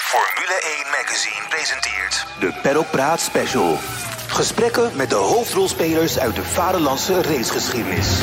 Formule 1 Magazine presenteert De Paddock Praat Special. Gesprekken met de hoofdrolspelers uit de vaderlandse racegeschiedenis.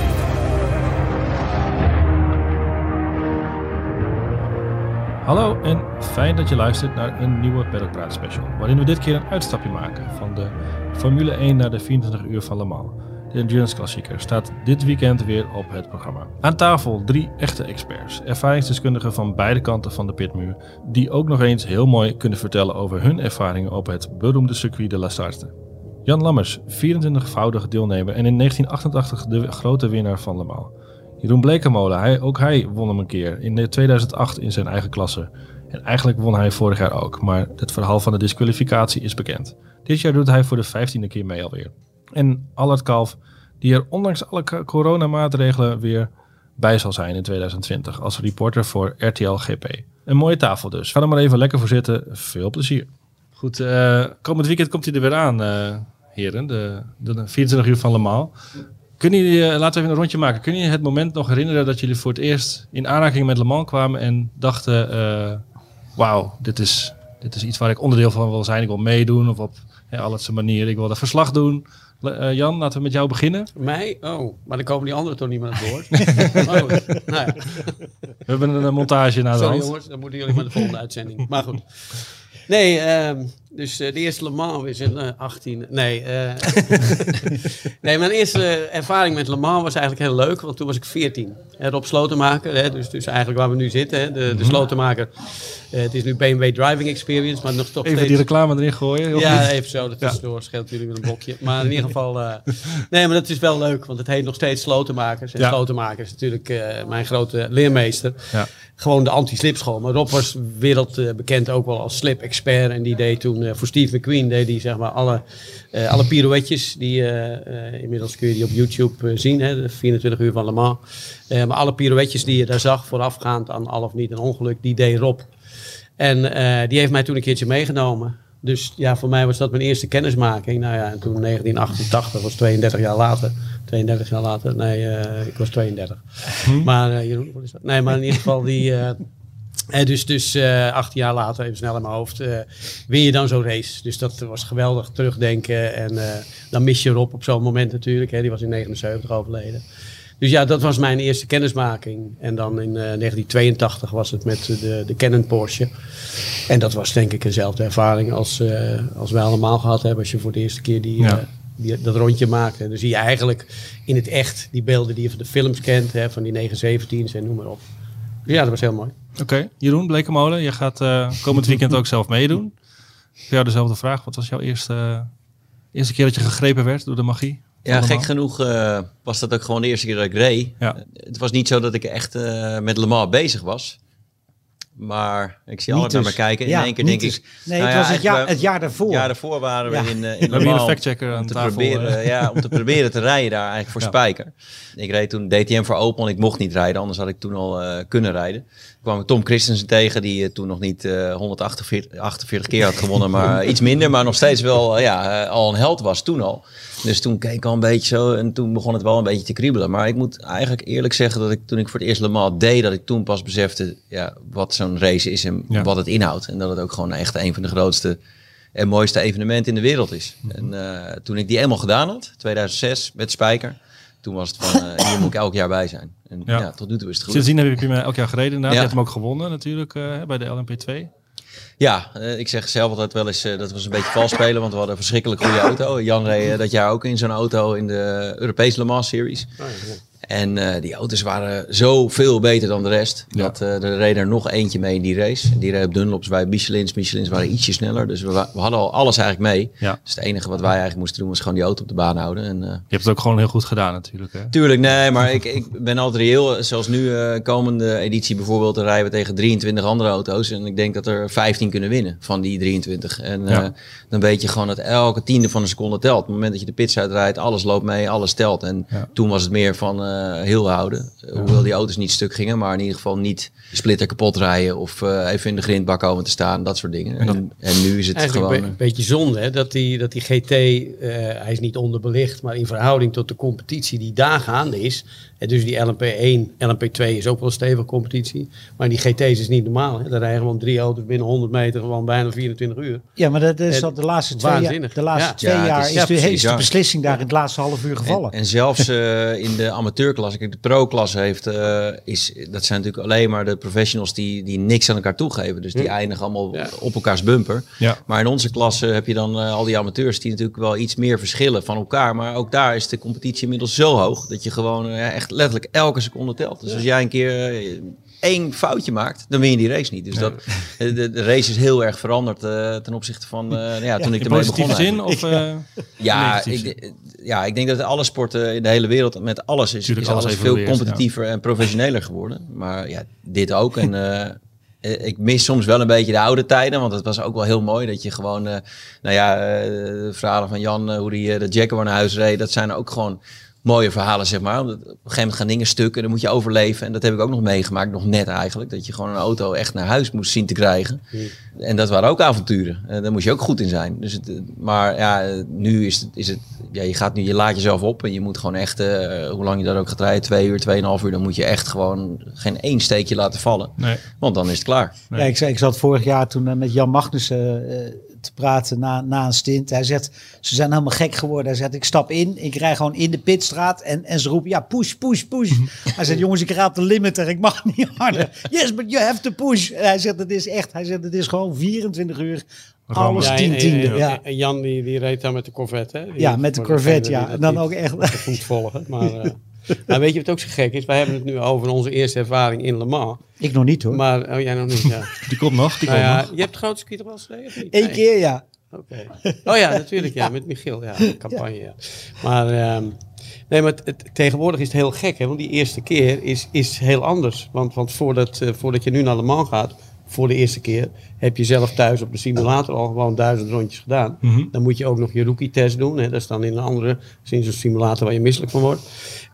Hallo en fijn dat je luistert naar een nieuwe Paddock Praat Special. Waarin we dit keer een uitstapje maken van de Formule 1 naar de 24 uur van Le Mans. De Endurance Klassieker staat dit weekend weer op het programma. Aan tafel 3 echte experts, ervaringsdeskundigen van beide kanten van de pitmuur, die ook nog eens heel mooi kunnen vertellen over hun ervaringen op het beroemde circuit de La Sarthe. Jan Lammers, 24-voudig deelnemer en in 1988 de grote winnaar van Le Mans. Jeroen Blekemolen, ook hij won hem een keer in 2008 in zijn eigen klasse. En eigenlijk won hij vorig jaar ook, maar het verhaal van de disqualificatie is bekend. Dit jaar doet hij voor de 15e keer mee alweer. En Allard Kalf, die er ondanks alle coronamaatregelen weer bij zal zijn in 2020 als reporter voor RTL GP. Een mooie tafel dus. Ga er maar even lekker voor zitten. Veel plezier. Goed, komend weekend komt hij er weer aan, heren. De 24 uur van Le Mans. Laten we even een rondje maken. Kun je het moment nog herinneren dat jullie voor het eerst in aanraking met Le Mans kwamen en dachten, wauw, dit is iets waar ik onderdeel van wil zijn. Ik wil meedoen of op allerlei manier. Ik wil dat verslag doen. Jan, laten we met jou beginnen. Mij? Oh, maar dan komen die anderen toch niet meer aan het woord. Nou ja. We hebben een montage naar de hand. Sorry jongens, dan moeten jullie maar de volgende uitzending. Maar goed. Nee, dus de eerste Le Mans is in 18... Nee, mijn eerste ervaring met Le Mans was eigenlijk heel leuk, want toen was ik 14. Rob Slotenmaker, dus eigenlijk waar we nu zitten, de Slotenmaker. Het is nu BMW Driving Experience, maar nog toch even steeds... die reclame erin gooien. Ja, niet? Even zo, dat tussendoor scheelt natuurlijk met een blokje. Maar in ieder geval... nee, maar dat is wel leuk, want het heet nog steeds Slotenmakers. En Slotenmaker is natuurlijk mijn grote leermeester. Ja. Gewoon de anti-slipschool. Maar Rob was wereldbekend ook wel als slip-expert. En die deed toen voor Steve McQueen deed die, zeg maar, alle pirouetjes. Die inmiddels kun je die op YouTube zien. De 24 uur van Le Mans. Maar alle pirouetjes die je daar zag voorafgaand aan al of niet een ongeluk. Die deed Rob. En die heeft mij toen een keertje meegenomen. Dus ja, voor mij was dat mijn eerste kennismaking. Nou ja, en toen 1988 was 32 jaar later. 32 jaar later, nee, ik was 32. Maar Jeroen, wat is dat? Nee, maar in ieder geval die... Dus 18 jaar later, even snel in mijn hoofd, win je dan zo'n race. Dus dat was geweldig terugdenken. En dan mis je Rob op zo'n moment natuurlijk. Die was in 79 overleden. Dus ja, dat was mijn eerste kennismaking. En dan in 1982 was het met de Canon Porsche. En dat was denk ik dezelfde ervaring als wij allemaal gehad hebben. Als je voor de eerste keer dat rondje maakt. En dan zie je eigenlijk in het echt die beelden die je van de films kent. Van die 917's en noem maar op. Dus ja, dat was heel mooi. Oké, Jeroen Blekemolen, je gaat komend weekend ook zelf meedoen. Voor jou dezelfde vraag. Wat was jouw eerste keer dat je gegrepen werd door de magie? Ja, gek genoeg was dat ook gewoon de eerste keer dat ik reed. Ja. Het was niet zo dat ik echt met Le Mans bezig was. Maar ik zie altijd naar me kijken. In één keer denk ik... Nee, het was het jaar daarvoor. Het jaar daarvoor waren we in Le Mans. We hebben hier een factchecker aan tafel. Om te proberen te rijden daar eigenlijk voor Spijker. Ik reed toen DTM voor Opel en ik mocht niet rijden. Anders had ik toen al kunnen rijden. Toen kwam ik Tom Christensen tegen, die toen nog niet 148 keer had gewonnen. Maar iets minder, maar nog steeds wel al een held was toen al. Dus toen keek ik al een beetje zo en toen begon het wel een beetje te kriebelen. Maar ik moet eigenlijk eerlijk zeggen dat toen ik voor het eerst Le Mans deed, dat ik toen pas besefte wat zo'n race is en wat het inhoudt. En dat het ook gewoon echt een van de grootste en mooiste evenementen in de wereld is. En toen ik die eenmaal gedaan had, 2006 met Spijker, toen was het van, hier moet ik elk jaar bij zijn. En tot nu toe is het goed. Sindsdien heb je hem elk jaar gereden inderdaad. Je hebt hem ook gewonnen natuurlijk bij de LMP2. Ja, ik zeg zelf altijd wel eens, dat was een beetje vals spelen, want we hadden een verschrikkelijk goede auto. Jan reed dat jaar ook in zo'n auto in de Europese Le Mans Series. Oh, ja. En die auto's waren zoveel beter dan de rest. Ja. Dat er reed er nog eentje mee in die race. Die reed op Dunlops bij Michelins. Michelins waren ietsje sneller. Dus we hadden al alles eigenlijk mee. Ja. Dus het enige wat wij eigenlijk moesten doen was gewoon die auto op de baan houden. En, je hebt het ook gewoon heel goed gedaan natuurlijk. Hè? Tuurlijk, nee. Maar ik ben altijd reëel. Zoals nu, komende editie bijvoorbeeld, dan rijden we tegen 23 andere auto's. En ik denk dat er 15 kunnen winnen van die 23. En dan weet je gewoon dat elke tiende van een seconde telt. Op het moment dat je de pits uitrijdt, alles loopt mee, alles telt. En toen was het meer van... heel houden. Hoewel die auto's niet stuk gingen, maar in ieder geval niet de splitter kapot rijden of even in de grindbak komen te staan, dat soort dingen. En nu is het eigenlijk gewoon... een beetje zonde, hè? Dat die GT, hij is niet onderbelicht, maar in verhouding tot de competitie die daar gaande is. Dus die LMP1, LMP2 is ook wel een stevige competitie. Maar die GT's is niet normaal. Hè? Daar rijden gewoon 3 auto's binnen 100 meter, gewoon bijna 24 uur. Ja, maar dat is al de laatste 2 jaar. De laatste 2 jaar is de beslissing daar in het laatste half uur gevallen. En zelfs in de amateurklasse, kijk, de pro-klasse heeft, dat zijn natuurlijk alleen maar de professionals die niks aan elkaar toegeven. Dus die eindigen allemaal op elkaars bumper. Ja. Maar in onze klasse heb je dan al die amateurs die natuurlijk wel iets meer verschillen van elkaar. Maar ook daar is de competitie inmiddels zo hoog dat je gewoon echt letterlijk elke seconde telt. Dus als jij een keer 1 foutje maakt, dan win je die race niet. Dus de race is heel erg veranderd ten opzichte van toen ik ermee begon. Zin, of, ik denk dat alle sporten in de hele wereld met alles is alles veel competitiever en professioneler geworden. Maar ja, dit ook. En ik mis soms wel een beetje de oude tijden, want het was ook wel heel mooi dat je gewoon, de verhalen van Jan, hoe hij de Jaguar naar huis reed, dat zijn ook gewoon mooie verhalen, zeg maar. Op een gegeven moment gaan dingen stukken, dan moet je overleven. En dat heb ik ook nog meegemaakt, nog net eigenlijk. Dat je gewoon een auto echt naar huis moest zien te krijgen. En dat waren ook avonturen. Daar moest je ook goed in zijn. Dus nu is het je laat jezelf op. En je moet gewoon echt, hoe lang je daar ook gaat rijden, 2 uur, 2,5 uur. Dan moet je echt gewoon geen 1 steekje laten vallen. Nee. Want dan is het klaar. Nee. Ja, ik zat vorig jaar toen met Jan Magnussen te praten na een stint. Hij zegt, ze zijn helemaal gek geworden. Hij zegt, ik stap in, ik rij gewoon in de pitstraat en ze roepen, push. Hij zegt, jongens, ik raad de limiter, ik mag niet harder. Yes, but you have to push. En hij zegt, het is gewoon 24 uur. Alles 10/10. Ja. En Jan die reed daar met de Corvette, hè? Ja, met de Corvette, ja. En dan ook echt goed volgen. Maar weet je wat ook zo gek is? Wij hebben het nu over onze eerste ervaring in Le Mans. Ik nog niet, hoor. Maar jij nog niet, ja. Die komt nog. Je hebt het grote circuit toch wel gereden, of niet? 1 keer, ja. Oké. Oh ja, natuurlijk, ja. Met Michiel, campagne, ja. Maar... maar tegenwoordig is het heel gek, hè? Want die eerste keer is heel anders. Want voordat je nu naar Le Mans gaat, voor de eerste keer, heb je zelf thuis op de simulator al gewoon 1000 rondjes gedaan. Mm-hmm. Dan moet je ook nog je rookie-test doen. Hè? Dat is dan in een andere, sinds een simulator waar je misselijk van wordt.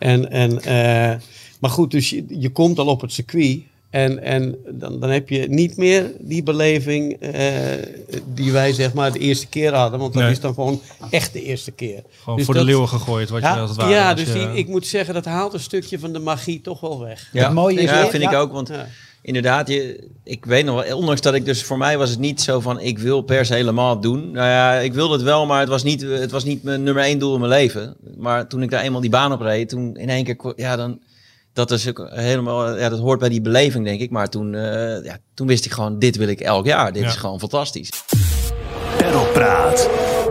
Maar goed, dus je komt al op het circuit. En dan heb je niet meer die beleving die wij zeg maar de eerste keer hadden. Want dat is dan gewoon echt de eerste keer. Gewoon dus voor de leeuwen gegooid wat je als het ware. Ja, dus ik moet zeggen dat haalt een stukje van de magie toch wel weg. Ja, dat mooie is vind ik ook. Want inderdaad, ik weet nog wel, ondanks dat ik dus voor mij was het niet zo van ik wil per se helemaal doen. Nou ja, ik wilde het wel, maar het was niet mijn nummer 1 doel in mijn leven. Maar toen ik daar eenmaal die baan op reed, toen in één keer, dan... Dat is ook helemaal, dat hoort bij die beleving, denk ik. Maar toen wist ik gewoon, dit wil ik elk jaar. Dit is gewoon fantastisch. Pedalpraat.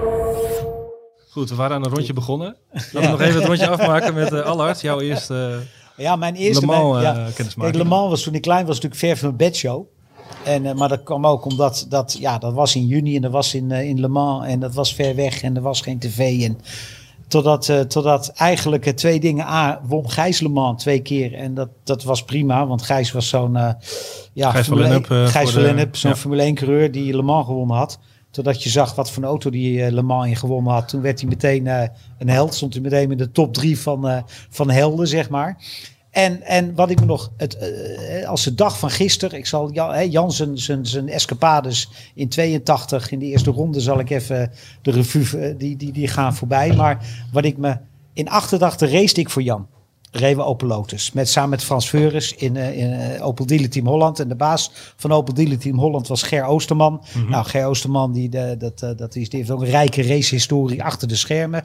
Goed, we waren aan een rondje begonnen. Laten we nog even het rondje afmaken met Allard. Jouw eerste mijn eerste Le Mans kennismaking. Le Mans was toen ik klein was natuurlijk ver van mijn bedshow. Maar dat kwam ook omdat dat was in juni en dat was in Le Mans. En dat was ver weg en er was geen tv en... Totdat eigenlijk 2 dingen. Won Gijs Le Mans 2 keer. En dat was prima. Want Gijs was zo'n Gijs van Lennep, zo'n Formule 1 coureur die Le Mans gewonnen had. Totdat je zag wat voor een auto die Le Mans in gewonnen had. Toen werd hij meteen een held. Stond hij meteen in de top 3 van helden, zeg maar. En wat ik me nog, als de dag van gisteren, ik zal Jan zijn escapades in 82, in de eerste ronde zal ik even de revue, die gaan voorbij. Maar wat ik me, in 88 race ik voor Jan. Reden we Opel Lotus, samen met Frans Veurens in Opel Dealer Team Holland. En de baas van Opel Dealer Team Holland was Ger Oosterman. Mm-hmm. Nou, Ger Oosterman die heeft ook een rijke racehistorie achter de schermen.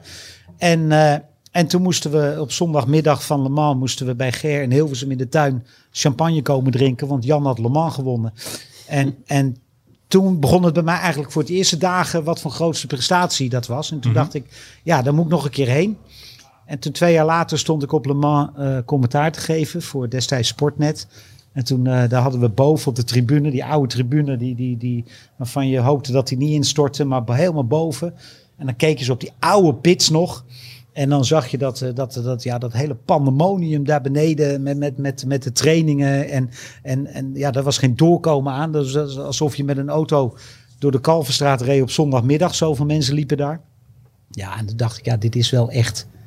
En toen moesten we op zondagmiddag van Le Mans bij Ger in Hilversum in de tuin champagne komen drinken. Want Jan had Le Mans gewonnen. En toen begon het bij mij eigenlijk voor het eerste dagen wat van grootste prestatie dat was. En toen dacht ik, daar moet ik nog een keer heen. En toen 2 jaar later stond ik op Le Mans commentaar te geven voor destijds Sportnet. En toen daar hadden we boven op de tribune, die oude tribune, die waarvan je hoopte dat die niet instortte, maar helemaal boven. En dan keken ze op die oude pits nog. En dan zag je dat hele pandemonium daar beneden met de trainingen. En daar was geen doorkomen aan. Dat was alsof je met een auto door de Kalverstraat reed op zondagmiddag. Zoveel mensen liepen daar. Ja, en toen dacht ik, dit is wel echt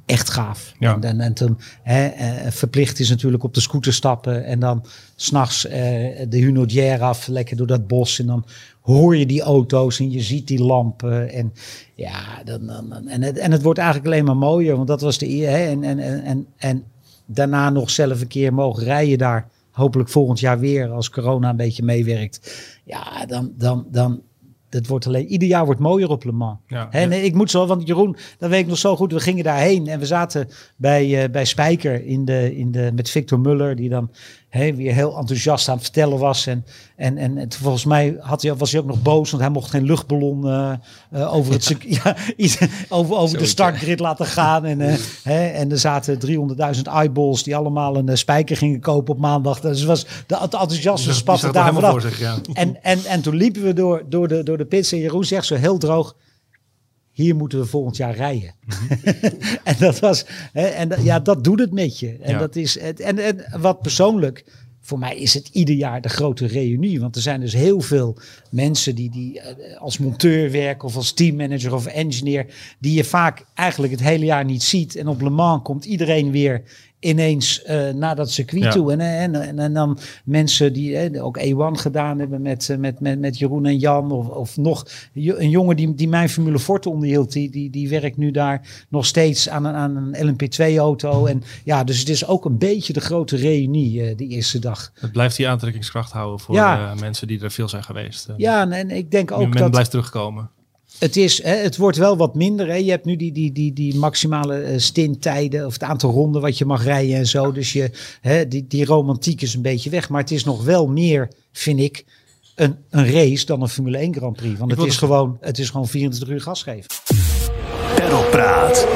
echt gaaf. Ja. En toen verplicht is natuurlijk op de scooter stappen en dan 's nachts de Hunaudière af, lekker door dat bos. En dan hoor je die auto's en je ziet die lampen. En ja, en het wordt eigenlijk alleen maar mooier. Want dat was de en daarna nog zelf een keer mogen rijden daar. Hopelijk volgend jaar weer als corona een beetje meewerkt. Ja, dan het wordt alleen, ieder jaar wordt mooier op Le Mans. Ja, Nee, ik moet zo, want Jeroen, dat weet ik nog zo goed. We gingen daarheen en we zaten bij Spijker met Victor Muller, die dan weer heel enthousiast aan het vertellen was. En volgens mij was hij ook nog boos, want hij mocht geen luchtballon over het over de startgrid laten gaan. En er zaten 300.000 eyeballs die allemaal een Spijker gingen kopen op maandag. Dus de enthousiasme spatte daar vanaf. Ja. En toen liepen we door de pits en Jeroen zegt zo heel droog: hier moeten we volgend jaar rijden. En dat was, dat doet het met je. En dat is en wat persoonlijk, voor mij is het ieder jaar de grote reunie. Want er zijn dus heel veel mensen die als monteur werken of als teammanager of engineer, die je vaak eigenlijk het hele jaar niet ziet. En op Le Mans komt iedereen weer ineens naar dat circuit toe. En dan mensen die ook A1 gedaan hebben met Jeroen en Jan. Of nog een jongen die mijn Formule Forte onderhield. Die werkt nu daar nog steeds aan een LMP2-auto. En ja, dus het is ook een beetje de grote reunie die eerste dag. Het blijft die aantrekkingskracht houden voor mensen die er veel zijn geweest. Ja, en ik denk ook men blijft terugkomen. Het wordt wel wat minder. Hè. Je hebt nu die maximale stinttijden of het aantal ronden wat je mag rijden en zo. Dus die romantiek is een beetje weg. Maar het is nog wel meer, vind ik, een race dan een Formule 1 Grand Prix. Want het is gewoon 24 uur gas geven. Pedalpraat.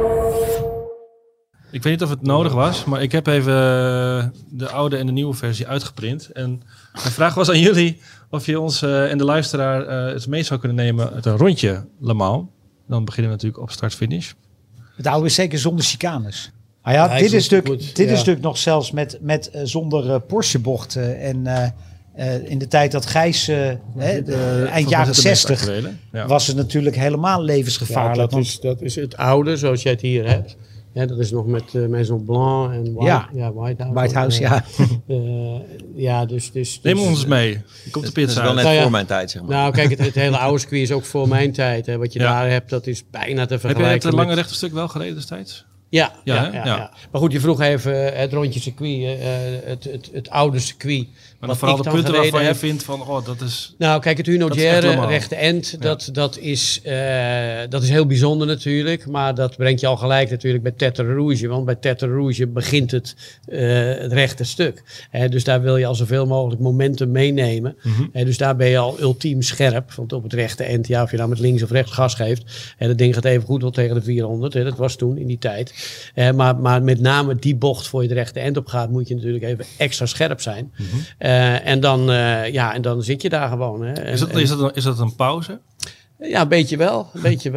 Ik weet niet of het nodig was, maar ik heb even de oude en de nieuwe versie uitgeprint. En mijn vraag was aan jullie of je ons en de luisteraar het mee zou kunnen nemen uit een rondje Le Mans. Dan beginnen we natuurlijk op start-finish. Het oude is zeker zonder chicanes. Maar ja, dit is natuurlijk nog zelfs met zonder Porsche-bochten. En in de tijd dat Gijs, eind jaren 60, was het natuurlijk helemaal levensgevaarlijk. Ja, dat is het oude, zoals jij het hier hebt. Ja, dat is nog met Maison Blanc en Whitehouse. Dus neem ons mee. Je komt de pits uit. Dat is wel net voor mijn tijd, zeg maar. Nou, kijk, het hele oude circuit is ook voor mijn tijd. Hè. Wat je daar hebt, dat is bijna te vergelijken. Heb je het lange rechte stuk wel gereden destijds? Ja. Maar goed, je vroeg even het rondje circuit, het oude circuit. Maar dan vooral de punten waarvan je vindt van, dat is... Nou, kijk, het Hunaudière rechte end, dat is heel bijzonder natuurlijk. Maar dat brengt je al gelijk natuurlijk bij Tertre Rouge. Want bij Tertre Rouge begint het rechte stuk. Dus daar wil je al zoveel mogelijk momentum meenemen. Mm-hmm. Dus daar ben je al ultiem scherp. Want op het rechte end, of je nou met links of rechts gas geeft. Dat ding gaat even goed wel tegen de 400. Dat was toen in die tijd. Maar met name die bocht voor je het rechte end op gaat, moet je natuurlijk even extra scherp zijn. Mm-hmm. En dan zit je daar gewoon. Hè. Is dat een pauze? Ja, een beetje wel.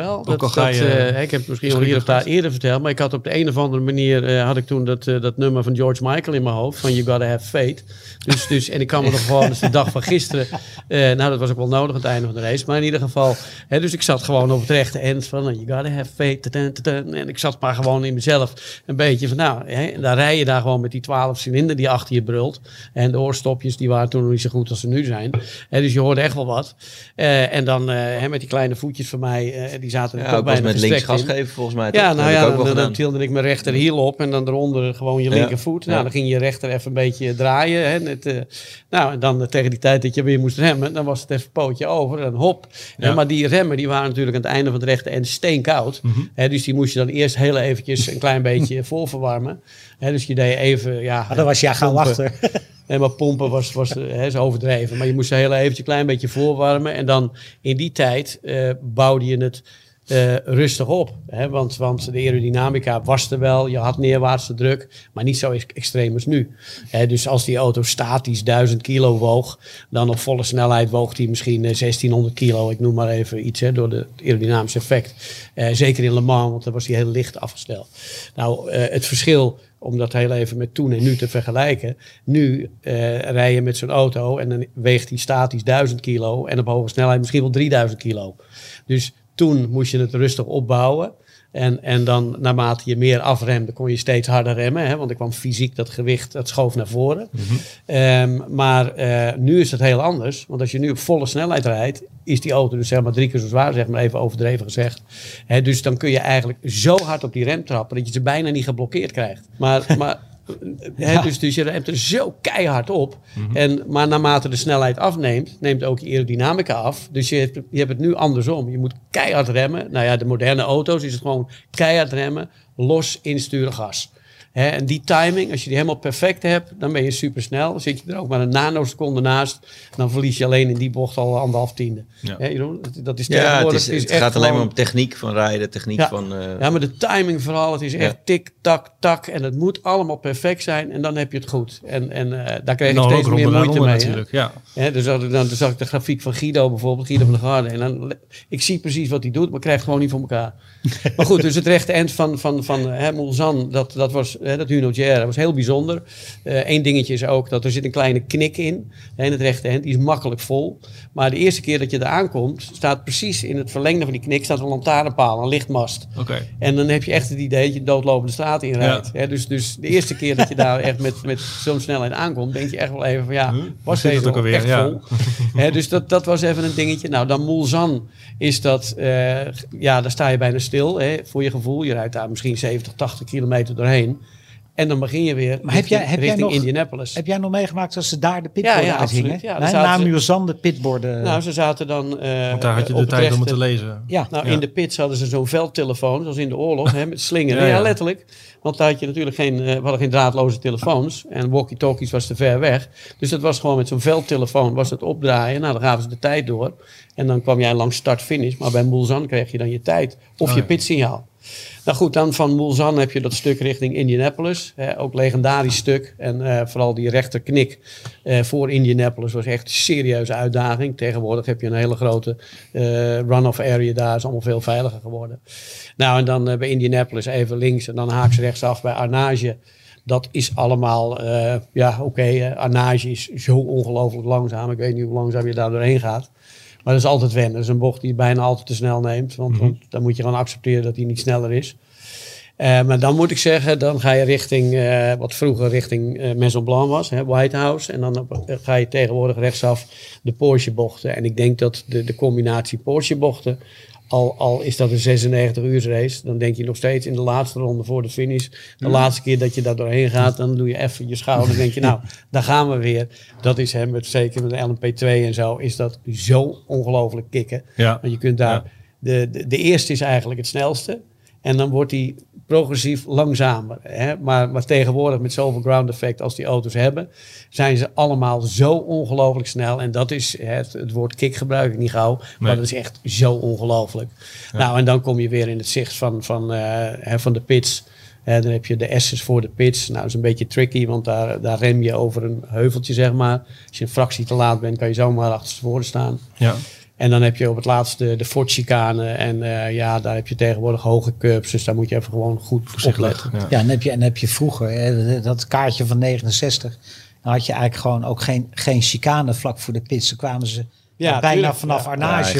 Ik heb het misschien al hier of daar eerder verteld, maar ik had op de een of andere manier had ik toen dat nummer van George Michael in mijn hoofd, van You Gotta Have Faith. Dus en ik kan me nog gewoon, dus de dag van gisteren, dat was ook wel nodig aan het einde van de race, maar in ieder geval, dus ik zat gewoon op het rechte eind van You Gotta Have Faith. En ik zat maar gewoon in mezelf een beetje van, en dan rij je daar gewoon met die 12 cilinder die achter je brult. En de oorstopjes, die waren toen nog niet zo goed als ze nu zijn. Dus je hoorde echt wel wat. En dan met die kleine voetjes van mij, die zaten er ook bijna met links gas geven volgens mij. Dan tilde ik mijn rechterhiel op en dan eronder gewoon je linkervoet. Nou, dan ging je rechter even een beetje draaien. En dan tegen die tijd dat je weer moest remmen, dan was het even pootje over en hop. Ja. Maar die remmen, die waren natuurlijk aan het einde van het rechte en steenkoud. Mm-hmm. Dus die moest je dan eerst heel eventjes een klein beetje voorverwarmen. Dus je deed even, dan was je gauw achter. Nee, maar pompen was zo overdreven. Maar je moest ze heel eventjes een klein beetje voorwarmen. En dan in die tijd bouwde je het rustig op. Want de aerodynamica was er wel. Je had neerwaartse druk. Maar niet zo extreem als nu. Dus als die auto statisch 1000 kilo woog. Dan op volle snelheid woog die misschien 1600 kilo. Ik noem maar even iets door het aerodynamische effect. Zeker in Le Mans. Want dan was die heel licht afgesteld. Nou, het verschil, om dat heel even met toen en nu te vergelijken. Nu rij je met zo'n auto en dan weegt die statisch 1000 kilo. En op hoge snelheid misschien wel 3000 kilo. Dus toen moest je het rustig opbouwen. En dan naarmate je meer afremde, kon je steeds harder remmen. Hè? Want er kwam fysiek dat gewicht, dat schoof naar voren. Maar nu is het heel anders. Want als je nu op volle snelheid rijdt, is die auto dus zeg maar 3 keer zo zwaar, zeg maar even overdreven gezegd. Dus dan kun je eigenlijk zo hard op die rem trappen, dat je ze bijna niet geblokkeerd krijgt. Maar dus je remt er zo keihard op. Maar naarmate de snelheid afneemt, neemt ook je aerodynamica af. Dus je hebt het nu andersom. Je moet keihard remmen. Nou ja, de moderne auto's is het gewoon keihard remmen, los insturen gas. En die timing, als je die helemaal perfect hebt, dan ben je supersnel. Dan zit je er ook maar een nanoseconde naast. Dan verlies je alleen in die bocht al 1,5 tiende. Ja. Dat is tegenwoordig. Het gaat alleen maar om techniek van rijden, Ja, maar de timing vooral. Het is echt tik, tak, tak. En het moet allemaal perfect zijn. En dan heb je het goed. En daar krijg je steeds meer moeite mee. Natuurlijk, dus dan zag ik de grafiek van Guido bijvoorbeeld. Guido van der Garde. En dan, ik zie precies wat hij doet, maar ik krijg het gewoon niet voor elkaar. Maar goed, dus het rechte eind van Mulsanne, dat was... dat Uno GR was heel bijzonder. Eén dingetje is ook dat er zit een kleine knik in het rechte eind. Die is makkelijk vol. Maar de eerste keer dat je er aankomt, staat precies in het verlengde van die knik staat een lantaarnpaal, een lichtmast. Okay. En dan heb je echt het idee dat je doodlopende straat inrijdt. Ja. Dus de eerste keer dat je daar echt met zo'n snelheid aankomt, denk je echt wel even van was deze ook echt vol. Dus dat was even een dingetje. Nou, dan Mulsanne is dat, daar sta je bijna stil voor je gevoel. Je rijdt daar misschien 70, 80 kilometer doorheen. En dan begin je weer richting Indianapolis. Heb jij nog meegemaakt als ze daar de pitborden uithingen? Ja, na Mulsanne de pitborden. Nou, ze zaten dan... Want daar had je de tijd om het te lezen. In de pits hadden ze zo'n veldtelefoon, zoals in de oorlog, met slingeren. Ja, letterlijk. Want daar had je natuurlijk we hadden geen draadloze telefoons. En walkie-talkies was te ver weg. Dus dat was gewoon met zo'n veldtelefoon was het opdraaien. Nou, dan gaven ze de tijd door. En dan kwam jij langs start-finish. Maar bij Mulsanne kreeg je dan je tijd. Of je pitsignaal. Nou goed, dan van Mulsanne heb je dat stuk richting Indianapolis. Ook legendarisch stuk. En vooral die rechterknik voor Indianapolis was echt een serieuze uitdaging. Tegenwoordig heb je een hele grote run-off area daar. Is allemaal veel veiliger geworden. Nou en dan bij Indianapolis even links en dan haaks rechtsaf bij Arnage. Dat is allemaal, Arnage is zo ongelooflijk langzaam. Ik weet niet hoe langzaam je daar doorheen gaat. Maar dat is altijd wennen. Dat is een bocht die je bijna altijd te snel neemt. Want dan moet je gewoon accepteren dat hij niet sneller is. Maar dan moet ik zeggen, dan ga je richting wat vroeger richting Maison Blanc was, White House. En dan ga je tegenwoordig rechtsaf de Porsche bochten. En ik denk dat de combinatie Porsche bochten, al is dat een 96 uur race, dan denk je nog steeds in de laatste ronde voor de finish. De laatste keer dat je daar doorheen gaat, dan doe je even je schouder. Dan denk je, nou, daar gaan we weer. Dat is zeker met de LMP2 en zo, is dat zo ongelooflijk kicken. Ja. Want je kunt daar, de eerste is eigenlijk het snelste. En dan wordt die progressief langzamer. Maar tegenwoordig met zoveel ground effect als die auto's hebben, zijn ze allemaal zo ongelooflijk snel. En dat is, het woord kick gebruik ik niet gauw, maar dat is echt zo ongelooflijk. Ja. Nou, en dan kom je weer in het zicht van de pits. Dan heb je de S's voor de pits. Nou, dat is een beetje tricky, want daar rem je over een heuveltje, zeg maar. Als je een fractie te laat bent, kan je zomaar achterstevoren staan. Ja. En dan heb je op het laatste de Ford-chicane. En daar heb je tegenwoordig hoge curbs. Dus daar moet je even gewoon goed opletten. Ja, en heb je vroeger dat kaartje van 69. Dan had je eigenlijk gewoon ook geen chicane vlak voor de pits. Dan kwamen ze bijna vanaf Arnage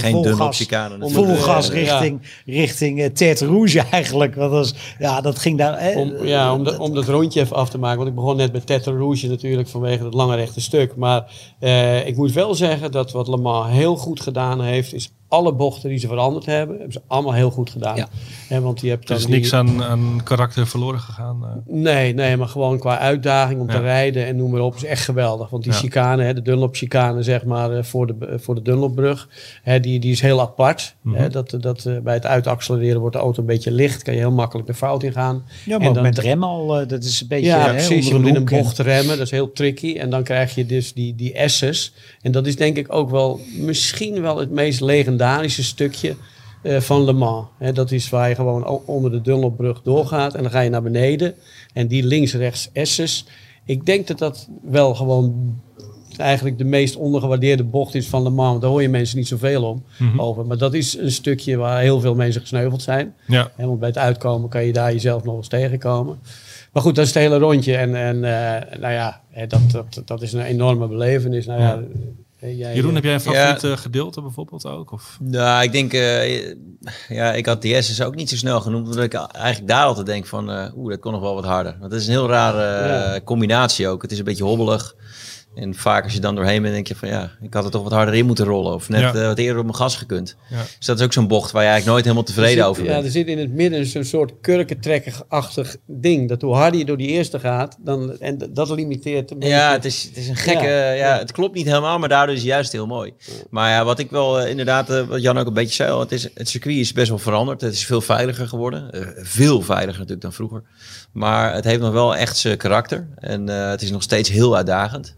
vol gas richting Tertre Rouge eigenlijk. Dat ging daar... Om dat rondje even af te maken. Want ik begon net met Tertre Rouge natuurlijk vanwege het lange rechte stuk. Maar ik moet wel zeggen dat wat Le Mans heel goed gedaan heeft, is alle bochten die ze veranderd hebben ze allemaal heel goed gedaan. Ja. Want je hebt er is niks aan karakter verloren gegaan? Nee, maar gewoon qua uitdaging om te rijden en noem maar op, is echt geweldig. Want die chicane, de Dunlop chicane zeg maar voor de Dunlopbrug, die is heel apart. Dat bij het uitaccelereren wordt de auto een beetje licht, kan je heel makkelijk de fout in gaan. Ja, maar en dan, met remmen al, dat is een beetje... Ja, precies, je moet in een bocht remmen, dat is heel tricky. En dan krijg je dus die S's. En dat is denk ik ook wel misschien wel het meest legendarische stukje van Le Mans. Dat is waar je gewoon onder de Dunlopbrug doorgaat en dan ga je naar beneden. En die links-rechts S's. Ik denk dat dat wel gewoon eigenlijk de meest ondergewaardeerde bocht is van Le Mans. Want daar hoor je mensen niet zoveel over. Maar dat is een stukje waar heel veel mensen gesneuveld zijn. Ja. Want bij het uitkomen kan je daar jezelf nog eens tegenkomen. Maar goed, dat is het hele rondje. En dat is een enorme belevenis. Jeroen, heb jij een favoriete gedeelte bijvoorbeeld ook? Of? Nou, ik denk... ik had de S's ook niet zo snel genoemd. Omdat ik eigenlijk daar altijd denk van... dat kon nog wel wat harder. Want het is een heel rare combinatie ook. Het is een beetje hobbelig. En vaak als je dan doorheen bent, denk je van ik had er toch wat harder in moeten rollen. Of net wat eerder op mijn gas gekund. Ja. Dus dat is ook zo'n bocht waar je eigenlijk nooit helemaal tevreden over bent. Ja, er zit in het midden zo'n soort kurkentrekkerachtig ding. Dat hoe harder je door die eerste gaat, dat limiteert een beetje. Ja, het is een gekke... het klopt niet helemaal, maar daardoor is het juist heel mooi. Ja. Maar wat ik wel inderdaad, wat Jan ook een beetje zei, het circuit is best wel veranderd. Het is veel veiliger geworden. Veel veiliger natuurlijk dan vroeger. Maar het heeft nog wel echt zijn karakter. En het is nog steeds heel uitdagend.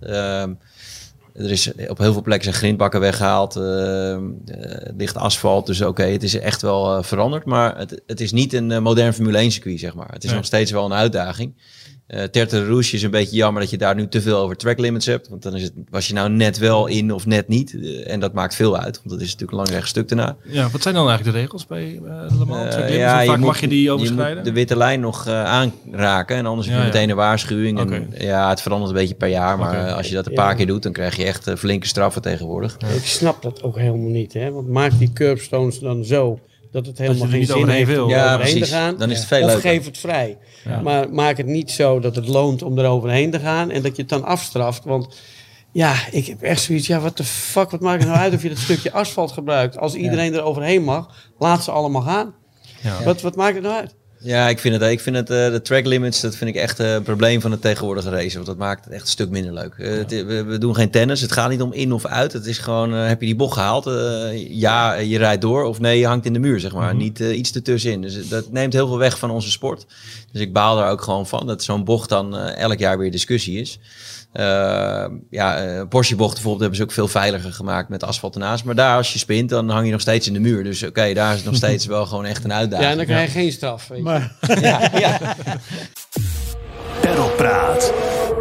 Er is op heel veel plekken zijn grindbakken weggehaald. Ligt asfalt. Dus het is echt wel veranderd. Maar het is niet een modern Formule 1 circuit, zeg maar. Het is nog steeds wel een uitdaging. Tertre Rouge is een beetje jammer dat je daar nu te veel over track limits hebt. Want dan was je nou net wel in of net niet. En dat maakt veel uit. Want dat is natuurlijk een lang rechtstuk daarna. Ja, wat zijn dan eigenlijk de regels bij Le Mans? Track limits? Hoe vaak mag je die overschrijden? Je moet de witte lijn nog aanraken. En anders heb je meteen een waarschuwing. Okay. En, het verandert een beetje per jaar. Maar als je dat een paar keer doet, dan krijg je echt flinke straffen tegenwoordig. Ja. Ik snap dat ook helemaal niet. Hè? Want maak die curbstones dan zo... dat het helemaal geen zin heeft om eroverheen te gaan. Dan is het veel leuker. Of geef het vrij. Ja. Maar maak het niet zo dat het loont om eroverheen te gaan. En dat je het dan afstraft. Want ik heb echt zoiets. Wat de fuck, wat maakt het nou uit of je dat stukje asfalt gebruikt? Als iedereen eroverheen mag, laat ze allemaal gaan. Ja. Wat maakt het nou uit? Ja, ik vind het de track limits, dat vind ik echt een probleem van het tegenwoordige racen. Want dat maakt het echt een stuk minder leuk. We doen geen tennis. Het gaat niet om in of uit. Het is gewoon, heb je die bocht gehaald? Je rijdt door. Of nee, je hangt in de muur, zeg maar. Niet iets ertussenin. Dus dat neemt heel veel weg van onze sport. Dus ik baal daar ook gewoon van. Dat zo'n bocht dan elk jaar weer discussie is. Porsche bochten bijvoorbeeld hebben ze ook veel veiliger gemaakt met asfalt ernaast. Maar daar als je spint, dan hang je nog steeds in de muur. Dus daar is het nog steeds wel gewoon echt een uitdaging. Ja, en dan krijg je geen straf. Weet je. Maar... Perlpraat.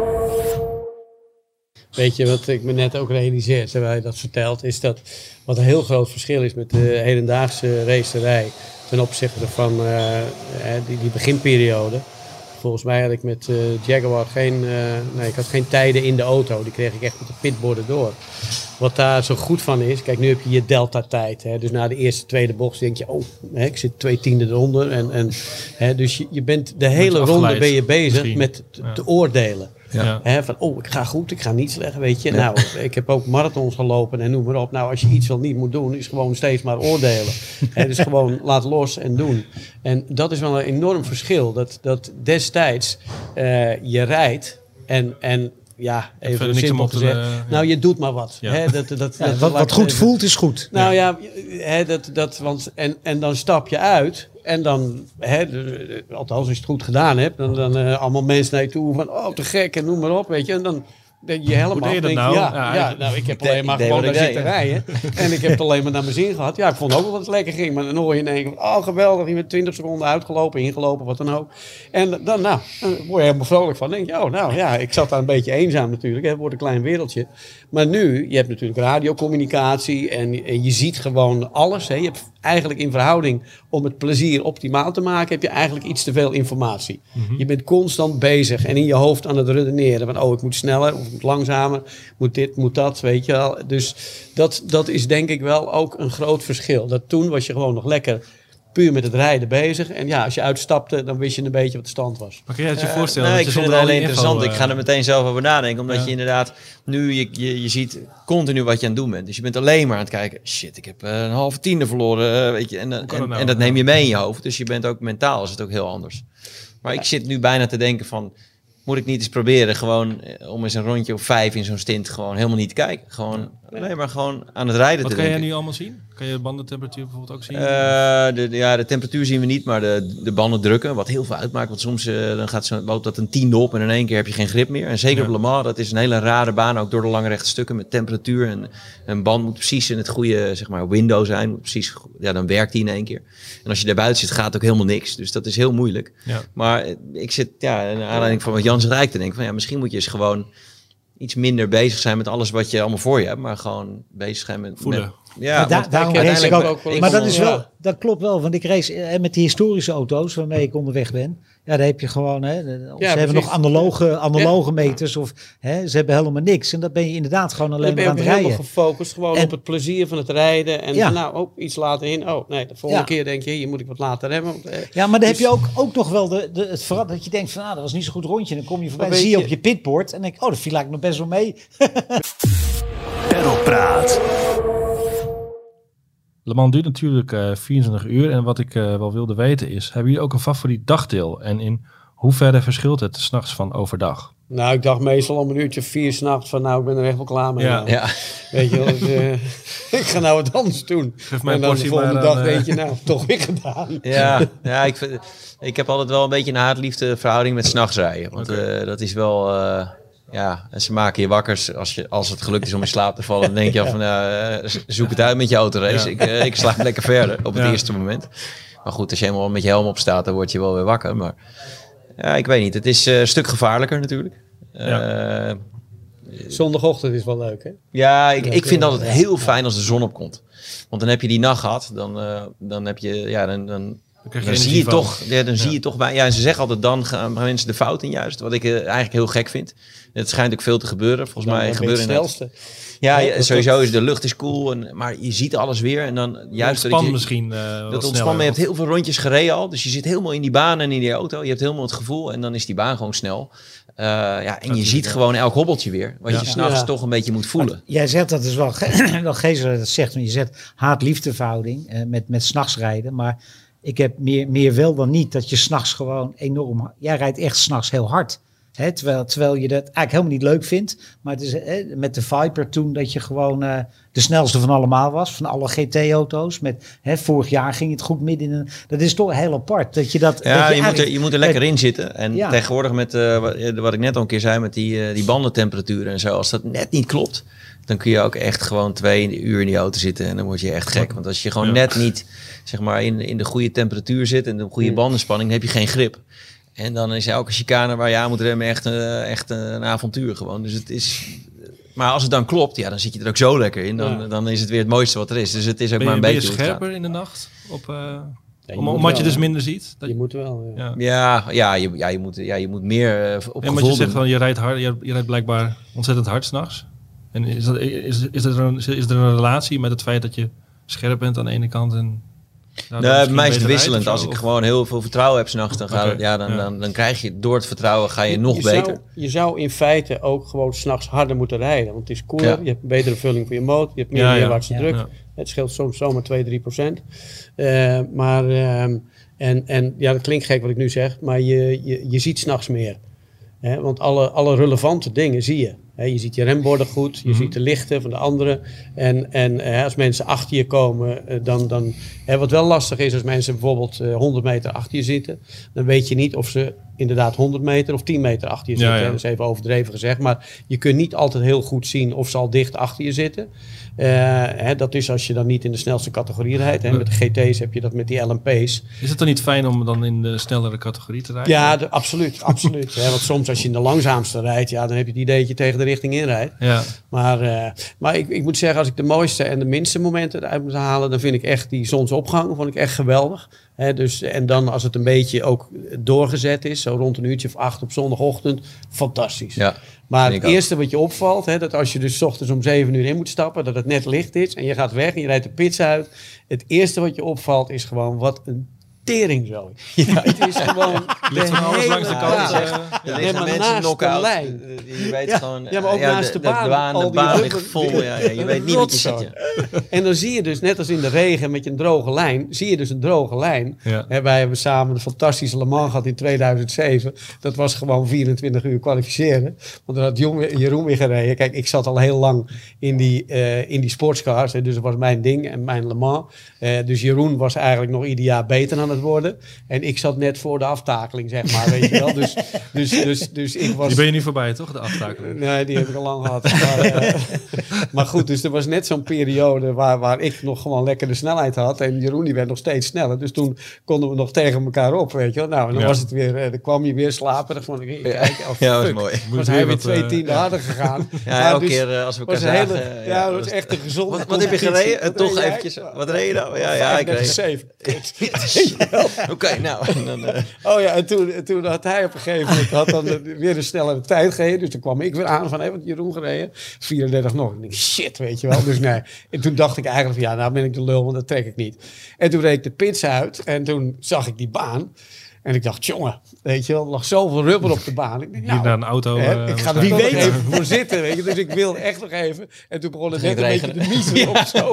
Weet je wat ik me net ook realiseer, terwijl je dat vertelt, is dat wat een heel groot verschil is met de hedendaagse racerij ten opzichte van die beginperiode. Volgens mij had ik met Jaguar ik had geen tijden in de auto. Die kreeg ik echt met de pitborden door. Wat daar zo goed van is, kijk, nu heb je je delta-tijd. Hè? Dus na de eerste, tweede bocht denk je, ik zit 2/10 eronder. Dus je bent de hele ronde ben je bezig misschien met te oordelen. Ja. Van, ik ga goed, ik ga niet slecht, weet je. Ja. Nou, ik heb ook marathons gelopen en noem maar op. Nou, als je iets wel niet moet doen, is gewoon steeds maar oordelen. Dus gewoon laat los en doen. En dat is wel een enorm verschil. Dat destijds je rijdt en even simpel gezegd. Nou, je doet maar wat. Ja. Wat goed voelt is goed. Nou en dan stap je uit. En dan, althans als je het goed gedaan hebt, dan allemaal mensen naar je toe van, te gek en noem maar op, weet je. En dan denk je helemaal, hoe deed je dat nou? Ik heb alleen maar gewoon daar zitten rijden. En ik heb het alleen maar naar mijn zin gehad. Ja, ik vond ook wel dat het lekker ging. Maar dan hoor je in één keer, geweldig, je bent 20 seconden uitgelopen, ingelopen, wat dan ook. En dan word je helemaal vrolijk van. Dan denk je, ik zat daar een beetje eenzaam natuurlijk. Het wordt een klein wereldje. Maar nu, je hebt natuurlijk radiocommunicatie en je ziet gewoon alles. Hè. Je hebt eigenlijk in verhouding om het plezier optimaal te maken, heb je eigenlijk iets te veel informatie. Mm-hmm. Je bent constant bezig en in je hoofd aan het redeneren. Van, ik moet sneller of ik moet langzamer, moet dit, moet dat, weet je wel. Dus dat is denk ik wel ook een groot verschil. Dat toen was je gewoon nog lekker puur met het rijden bezig. En als je uitstapte, dan wist je een beetje wat de stand was. Maar kun je het je voorstellen? Ik vind het heel interessant. Ik ga er meteen zelf over nadenken. Omdat je inderdaad nu, je ziet continu wat je aan het doen bent. Dus je bent alleen maar aan het kijken. Shit, ik heb een halve tiende verloren. Weet je. En dat neem je mee in je hoofd. Dus je bent ook mentaal is het ook heel anders. Maar ik zit nu bijna te denken van, moet ik niet eens proberen gewoon om eens een rondje of 5 in zo'n stint gewoon helemaal niet te kijken. Gewoon alleen maar gewoon aan het rijden wat te denken. Wat kan jij nu allemaal zien? Kan je de bandentemperatuur bijvoorbeeld ook zien? De temperatuur zien we niet, maar de banden drukken, wat heel veel uitmaakt. Want soms dan loopt dat een tiende op en in één keer heb je geen grip meer. En zeker op Le Mans, dat is een hele rare baan, ook door de lange rechte stukken met temperatuur. En een band moet precies in het goede, zeg maar, window zijn. Moet precies, dan werkt die in één keer. En als je daar buiten zit, gaat ook helemaal niks. Dus dat is heel moeilijk. Ja. Maar ik zit, in aanleiding van wat Jan zegt, eigenlijk te denken van, misschien moet je eens gewoon iets minder bezig zijn met alles wat je allemaal voor je hebt, maar gewoon bezig zijn met Ja, daarom kijk, race ik uiteindelijk ook. ook Maar wel dat eens, is wel, dat klopt wel. Want ik race met die historische auto's waarmee ik onderweg ben. Ja, daar heb je gewoon, ze hebben nog analoge meters of ze hebben helemaal niks. En dat ben je inderdaad gewoon alleen maar aan het rijden. Helemaal gefocust gewoon op het plezier van het rijden. En ook iets later in. Oh nee, de volgende keer denk je, hier moet ik wat later hebben. Ja, maar dan heb je ook nog wel het verrat dat je denkt van, dat was niet zo'n goed rondje. Dan kom je voorbij, zie je op je pitboard en denk dat viel eigenlijk nog best wel mee. Pedalpraat. Le Mans duurt natuurlijk 24 uur. En wat ik wel wilde weten is, hebben jullie ook een favoriet dagdeel? En in hoeverre verschilt het 's nachts van overdag? Nou, ik dacht meestal om 4:00 s'nachts van ik ben er echt wel klaar mee. Ja. Weet je wel, ik ga nou wat anders doen. En dan de volgende dag weet je, toch weer gedaan. Ja, ik heb altijd wel een beetje een haat-liefde verhouding met 's nachts rijden. Want dat is wel... en ze maken je wakker als het gelukt is om in slaap te vallen. Dan denk je van, zoek het uit met je autorace. Ik slaap lekker verder op het eerste moment. Maar goed, als je helemaal met je helm op staat, dan word je wel weer wakker. Maar ja, ik weet niet. Het is een stuk gevaarlijker natuurlijk. Zondagochtend is wel leuk, hè? Ja, ik vind dat het heel fijn als de zon opkomt. Want dan heb je die nacht gehad. Dan heb je... Dan zie je toch, dan zie je toch bij. Ja, en ze zeggen altijd dan gaan mensen de fout in juist. Wat ik eigenlijk heel gek vind. Het schijnt ook veel te gebeuren. Volgens mij gebeuren het snelste. Ja, sowieso is de lucht is cool. Maar je ziet alles weer. En dan juist dat je misschien. Dat ontspannen. Je hebt heel veel rondjes gereden al. Dus je zit helemaal in die baan en in die auto. Je hebt helemaal het gevoel. En dan is die baan gewoon snel. En je ziet gewoon elk hobbeltje weer. Wat je s'nachts toch een beetje moet voelen. Maar jij zegt dat is wel Gezer dat zegt. Want je zegt haat-liefde verhouding met 's nachts rijden. Maar ik heb meer wel dan niet dat je 's nachts gewoon enorm... Jij rijdt echt 's nachts heel hard. Hè? Terwijl je dat eigenlijk helemaal niet leuk vindt. Maar het is met de Viper toen dat je gewoon de snelste van allemaal was. Van alle GT-auto's. Vorig jaar ging het goed midden in een... Dat is toch heel apart. Dat je dat, ja, je moet er lekker in zitten. En tegenwoordig met wat ik net al een keer zei... met die bandentemperaturen en zo. Als dat net niet klopt... dan kun je ook echt gewoon 2 uur in die auto zitten. En dan word je echt gek. Want als je gewoon net niet zeg maar in de goede temperatuur zit... en de goede bandenspanning, dan heb je geen grip. En dan is elke chicane waar je aan moet remmen echt een avontuur gewoon. Dus het is... Maar als het dan klopt, dan zit je er ook zo lekker in. Dan is het weer het mooiste wat er is. Dus het is ook maar een beetje... Ben je scherper in de nacht? Omdat je dus minder ziet? Je moet wel, je moet meer op en wat je zegt, je rijdt hard, je rijdt blijkbaar ontzettend hard 's nachts. En is er een relatie met het feit dat je scherp bent aan de ene kant en... bij mij is het wisselend. Als ik gewoon heel veel vertrouwen heb 's nachts, dan krijg je door het vertrouwen ga je nog beter. Je zou in feite ook gewoon 's nachts harder moeten rijden. Want het is cooler, je hebt een betere vulling voor je motor, je hebt meer neerwaartse druk. Ja. Het scheelt soms zomaar 2-3%. Dat klinkt gek wat ik nu zeg, maar je ziet 's nachts meer. Want alle relevante dingen zie je. Je ziet je remborden goed, je ziet de lichten van de anderen. En als mensen achter je komen, dan wat wel lastig is als mensen bijvoorbeeld 100 meter achter je zitten. Dan weet je niet of ze inderdaad 100 meter of 10 meter achter je zitten. Dat is even overdreven gezegd. Maar je kunt niet altijd heel goed zien of ze al dicht achter je zitten. Dat is als je dan niet in de snelste categorie rijdt. Met de GT's heb je dat met die LMP's. Is het dan niet fijn om dan in de snellere categorie te rijden? Ja, absoluut. Want soms als je in de langzaamste rijdt, dan heb je het idee dat je tegen de richting inrijdt. Ja. Maar ik moet zeggen, als ik de mooiste en de minste momenten eruit moet halen, dan vind ik echt die zonsopgang vond ik echt geweldig. En dan als het een beetje ook doorgezet is, zo rond 8:00 op zondagochtend, fantastisch. Ja, maar het eerste wat je opvalt, dat als je dus 's ochtends om 7 uur in moet stappen, dat het net licht is en je gaat weg en je rijdt de pits uit. Het eerste wat je opvalt is gewoon wat een tering zo. Ja, het is gewoon ligt van alles langs de kant. Er liggen mensen knock-out. Je weet gewoon... Ja, maar ook naast de baan. De baan ligt vol. Je weet niet wat je ziet. En dan zie je dus, net als in de regen met je een droge lijn, zie je dus een droge lijn. Ja. Wij hebben samen de fantastische Le Mans gehad in 2007. Dat was gewoon 24 uur kwalificeren. Want daar had Jeroen weer gereden. Kijk, ik zat al heel lang in die sportscars. Dus dat was mijn ding en mijn Le Mans. Dus Jeroen was eigenlijk nog ieder jaar beter aan het het worden. En ik zat net voor de aftakeling, zeg maar, weet je wel. Dus ik was... Die ben je nu voorbij, toch, de aftakeling? Nee, die heb ik al lang gehad. Maar goed, dus er was net zo'n periode waar ik nog gewoon lekker de snelheid had. En Jeroen die werd nog steeds sneller. Dus toen konden we nog tegen elkaar op, weet je wel. Nou, en dan was het weer, dan kwam je weer slapen. Dan vond ik, kijk, dat was mooi. Was hij weer 2 tienden harder gegaan. Ja, elke keer als we elkaar zagen. Ja, dat was echt een gezonde Wat heb je gereden? Toch eventjes. Wat reed je nou? Ja, ik reed. Oké, nou. Oh ja, en toen had hij op een gegeven moment weer een snellere tijd gereden. Dus toen kwam ik weer aan van, wat Jeroen gereden. 34 nog. Ik denk, shit, weet je wel. Dus nee. En toen dacht ik eigenlijk van, ja, nou ben ik de lul, want dat trek ik niet. En toen reed ik de pits uit. En toen zag ik die baan. En ik dacht, jongen, weet je wel, er lag zoveel rubber op de baan. Ik dacht, Hier naar een auto. Ik ga er nog even voor zitten, weet je. Dus ik wilde echt nog even. En toen begon het net een beetje de mieten op zo.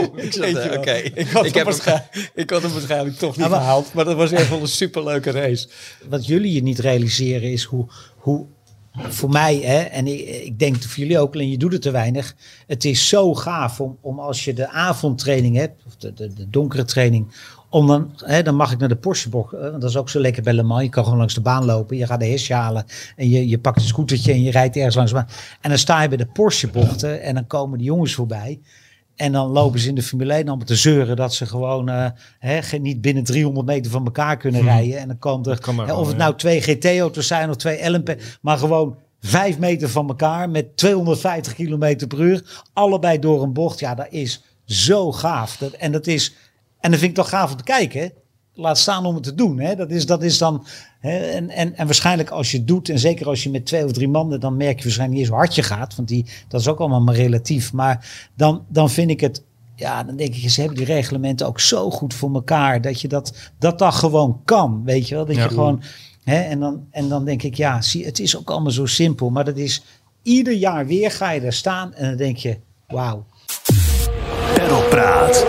Ik had hem waarschijnlijk toch niet gehaald. Maar dat was echt wel een superleuke race. Wat jullie je niet realiseren is hoe voor mij, hè, en ik denk voor jullie ook, alleen je doet het te weinig. Het is zo gaaf om als je de avondtraining hebt, of de donkere training, om dan mag ik naar de Porsche-bocht. Dat is ook zo lekker bij Le Mans. Je kan gewoon langs de baan lopen. Je gaat de hesje halen. En je pakt een scootertje en je rijdt ergens langs de baan. En dan sta je bij de Porsche-bochten. En dan komen de jongens voorbij. En dan lopen ze in de Formule 1 allemaal te zeuren dat ze gewoon niet binnen 300 meter van elkaar kunnen rijden. En dan komt er, of het nou 2 GT-auto's zijn of 2 LMP, maar gewoon 5 meter van elkaar met 250 kilometer per uur. Allebei door een bocht. Ja, dat is zo gaaf. En dat vind ik toch gaaf om te kijken. Hè? Laat staan om het te doen. Hè? Dat is dan. Hè? En waarschijnlijk als je het doet, en zeker als je met 2 of 3 man, dan merk je waarschijnlijk niet eens hoe hard je gaat. Want dat is ook allemaal maar relatief. Maar dan vind ik het. Ja, dan denk ik, ze hebben die reglementen ook zo goed voor elkaar. Dat je dat gewoon kan. Weet je wel? Dat je gewoon. Hè? En dan denk ik, ja, zie, het is ook allemaal zo simpel. Maar dat is ieder jaar weer ga je daar staan. En dan denk je, wauw. Pedalpraat.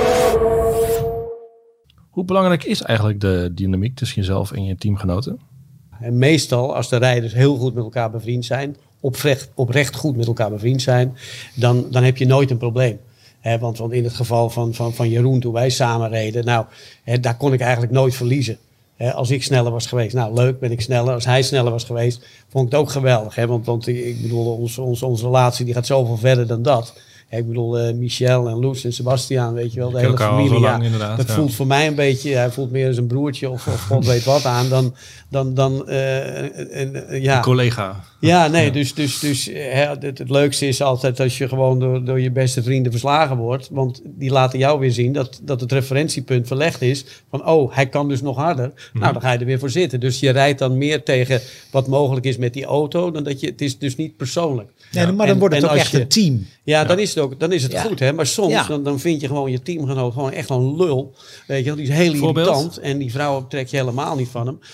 Hoe belangrijk is eigenlijk de dynamiek tussen jezelf en je teamgenoten? En meestal, als de rijders heel goed met elkaar bevriend zijn, oprecht goed met elkaar bevriend zijn, dan heb je nooit een probleem. Want in het geval van Jeroen, toen wij samen reden, daar kon ik eigenlijk nooit verliezen. Als ik sneller was geweest, leuk, ben ik sneller. Als hij sneller was geweest, vond ik het ook geweldig. Want ik bedoel, onze relatie die gaat zoveel verder dan dat. Ik bedoel, Michel en Loes en Sebastiaan, weet je wel, de hele familie. Lang, dat voelt voor mij een beetje, hij voelt meer als een broertje of god weet wat aan dan een collega. Ja, nee, dus het leukste is altijd als je gewoon door je beste vrienden verslagen wordt. Want die laten jou weer zien dat het referentiepunt verlegd is. Van, hij kan dus nog harder. Nou, dan ga je er weer voor zitten. Dus je rijdt dan meer tegen wat mogelijk is met die auto. Dan dat het is dus niet persoonlijk. Nee, maar dan wordt het ook echt een team. Ja, dan is het goed. Hè? Maar soms dan vind je gewoon je teamgenoot gewoon echt een lul. Weet je wel, die is heel irritant. En die vrouw trek je helemaal niet van hem.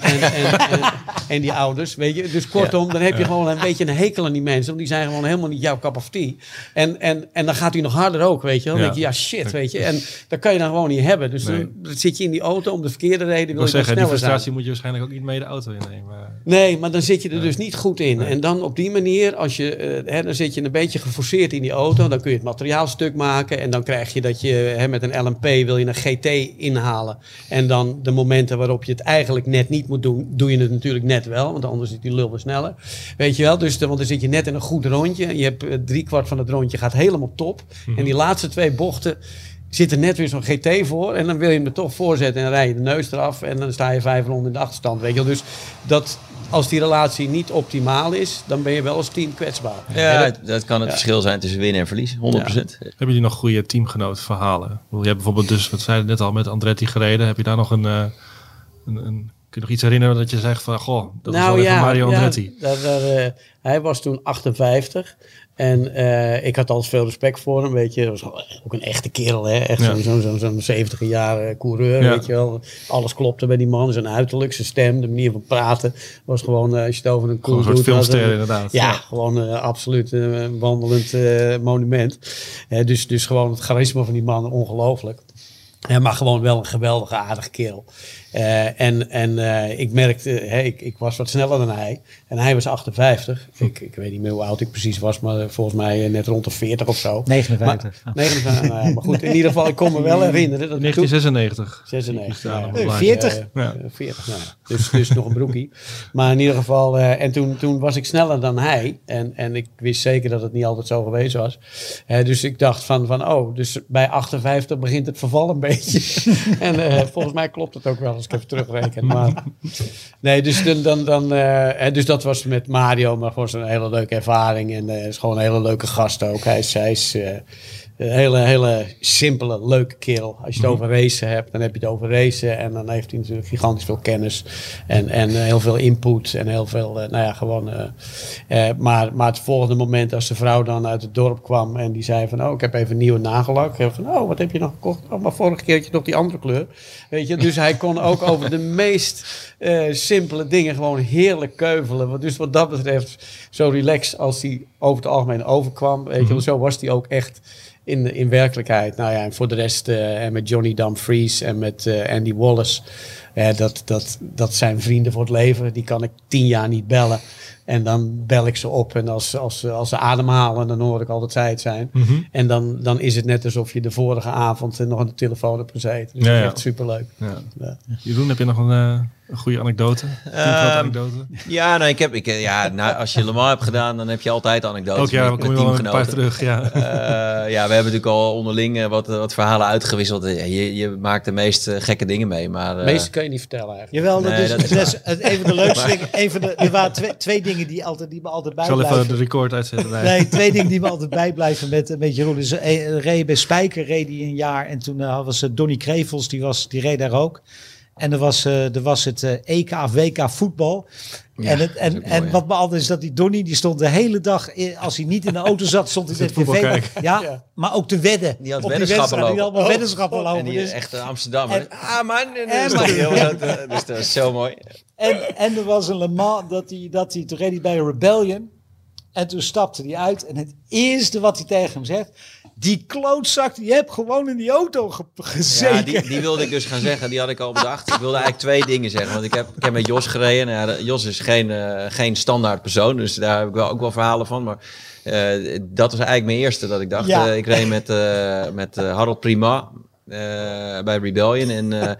En die ouders, weet je. Dus kortom, dan heb je gewoon een beetje een hekel aan die mensen. Want die zijn gewoon helemaal niet jouw cup of tea. En dan gaat hij nog harder ook, weet je wel. Dan denk je, ja shit, weet je. En dat kan je dan gewoon niet hebben. Dus dan zit je in die auto om de verkeerde reden. Wil je zeggen, die frustratie moet je waarschijnlijk ook niet mee de auto innemen. Nee, maar dan zit je er dus niet goed in. En dan op die manier, dan zit je een beetje geforceerd in die auto. Dan kun je het materiaal stuk maken. En dan krijg je dat je met een LMP wil je een GT inhalen. En dan de momenten waarop je het eigenlijk net niet moet doen, doe je het natuurlijk net wel. Want anders is die lul weer sneller. Weet je wel? Dus want dan zit je net in een goed rondje. En je hebt 3/4 van het rondje gaat helemaal top. En die laatste 2 bochten zit er net weer zo'n GT voor. En dan wil je hem er toch voorzetten. En dan rij je de neus eraf. En dan sta je 5 ronden in de achterstand. Weet je wel? Dus als die relatie niet optimaal is, dan ben je wel als team kwetsbaar. Ja, dat kan het verschil zijn tussen winnen en verliezen. 100%. Ja. Hebben jullie nog goede teamgenootverhalen? Je hebt bijvoorbeeld dus, wat zei je net al, met Andretti gereden. Heb je daar nog kun je nog iets herinneren dat je zegt van, goh, dat is wel even Mario Andretti. Hij was toen 58. En ik had altijd veel respect voor hem, weet je. Dat was ook een echte kerel, hè. Echt zo'n 70 jaar coureur, weet je wel. Alles klopte bij die man. Zijn uiterlijk, zijn stem, de manier van praten. Was gewoon, als je het over een cool soort filmster inderdaad. Ja, gewoon absoluut een wandelend monument. Dus gewoon het charisma van die man, ongelooflijk. Ja, maar gewoon wel een geweldige, aardige kerel. Ik merkte, ik was wat sneller dan hij. En hij was 58. Ik weet niet meer hoe oud ik precies was, maar volgens mij net rond de 40 of zo. 59. Maar goed, in ieder geval, ik kon me wel herinneren. Dat 1996. 96. Ja, 40. 40, dus nog een broekie. Maar in ieder geval, en toen was ik sneller dan hij. En ik wist zeker dat het niet altijd zo geweest was. Dus ik dacht dus bij 58 begint het verval een beetje. En volgens mij klopt het ook wel als ik even terugreken. Maar nee, dus dat was met Mario, maar gewoon zo'n hele leuke ervaring. En is gewoon een hele leuke gast ook. Hij is een hele simpele, leuke kerel. Als je het over racen hebt, dan heb je het over racen. En dan heeft hij natuurlijk gigantisch veel kennis. En heel veel input. En heel veel, maar het volgende moment als de vrouw dan uit het dorp kwam. En die zei van, ik heb even nieuwe nagellak. Wat heb je nog gekocht? Maar vorige keer had je nog die andere kleur. Weet je, dus hij kon ook over de meest simpele dingen gewoon heerlijk keuvelen. Dus wat dat betreft, zo relaxed als hij over het algemeen overkwam. Weet je, zo was hij ook echt in werkelijkheid. Nou ja, en voor de rest en met Johnny Dumfries en met Andy Wallace. Dat zijn vrienden voor het leven. Die kan ik 10 jaar niet bellen. En dan bel ik ze op. En als ze ademhalen, dan hoor ik altijd zij het zijn. En dan is het net alsof je de vorige avond nog aan de telefoon hebt gezeten. Dus dat is echt superleuk. Ja. Jeroen, heb je nog een goede anecdote? Als je Le Mans hebt gedaan, dan heb je altijd anekdotes. Ook ja, we komen wel een paar terug. Ja. We hebben natuurlijk al onderling wat verhalen uitgewisseld. Je maakt de meest gekke dingen mee. Maar de meeste kun je niet vertellen eigenlijk. Jawel, dat is even de leukste dingen. Er waren twee dingen die me altijd bijblijven. Ik zal even de record uitzetten. Nee, 2 dingen die me altijd bijblijven met Jeroen. Dus reed bij Spijker reed hij een jaar. En toen was Donny Krevels, die reed daar ook. En er was het EK of WK voetbal. Ja, en wat me altijd is dat die Donny, die stond de hele dag, als hij niet in de auto zat, stond hij de tv. Ja, maar ook te wedden. Die had weddenschappen lopen. Die had weddenschappen lopen. En die is echt Amsterdam. Dus dat is zo mooi. En er was een Le Mans dat hij toen reed hij bij Rebellion. En toen stapte hij uit. En het eerste wat hij tegen hem zegt: die klootzak, die heb gewoon in die auto gezeten. Ja, die wilde ik dus gaan zeggen. Die had ik al bedacht. Ik wilde eigenlijk 2 dingen zeggen. Want ik heb met Jos gereden. Nou ja, Jos is geen standaard persoon. Dus daar heb ik ook wel verhalen van. Maar dat was eigenlijk mijn eerste dat ik dacht. Ja. Ik reed met Harold Prima bij Rebellion. En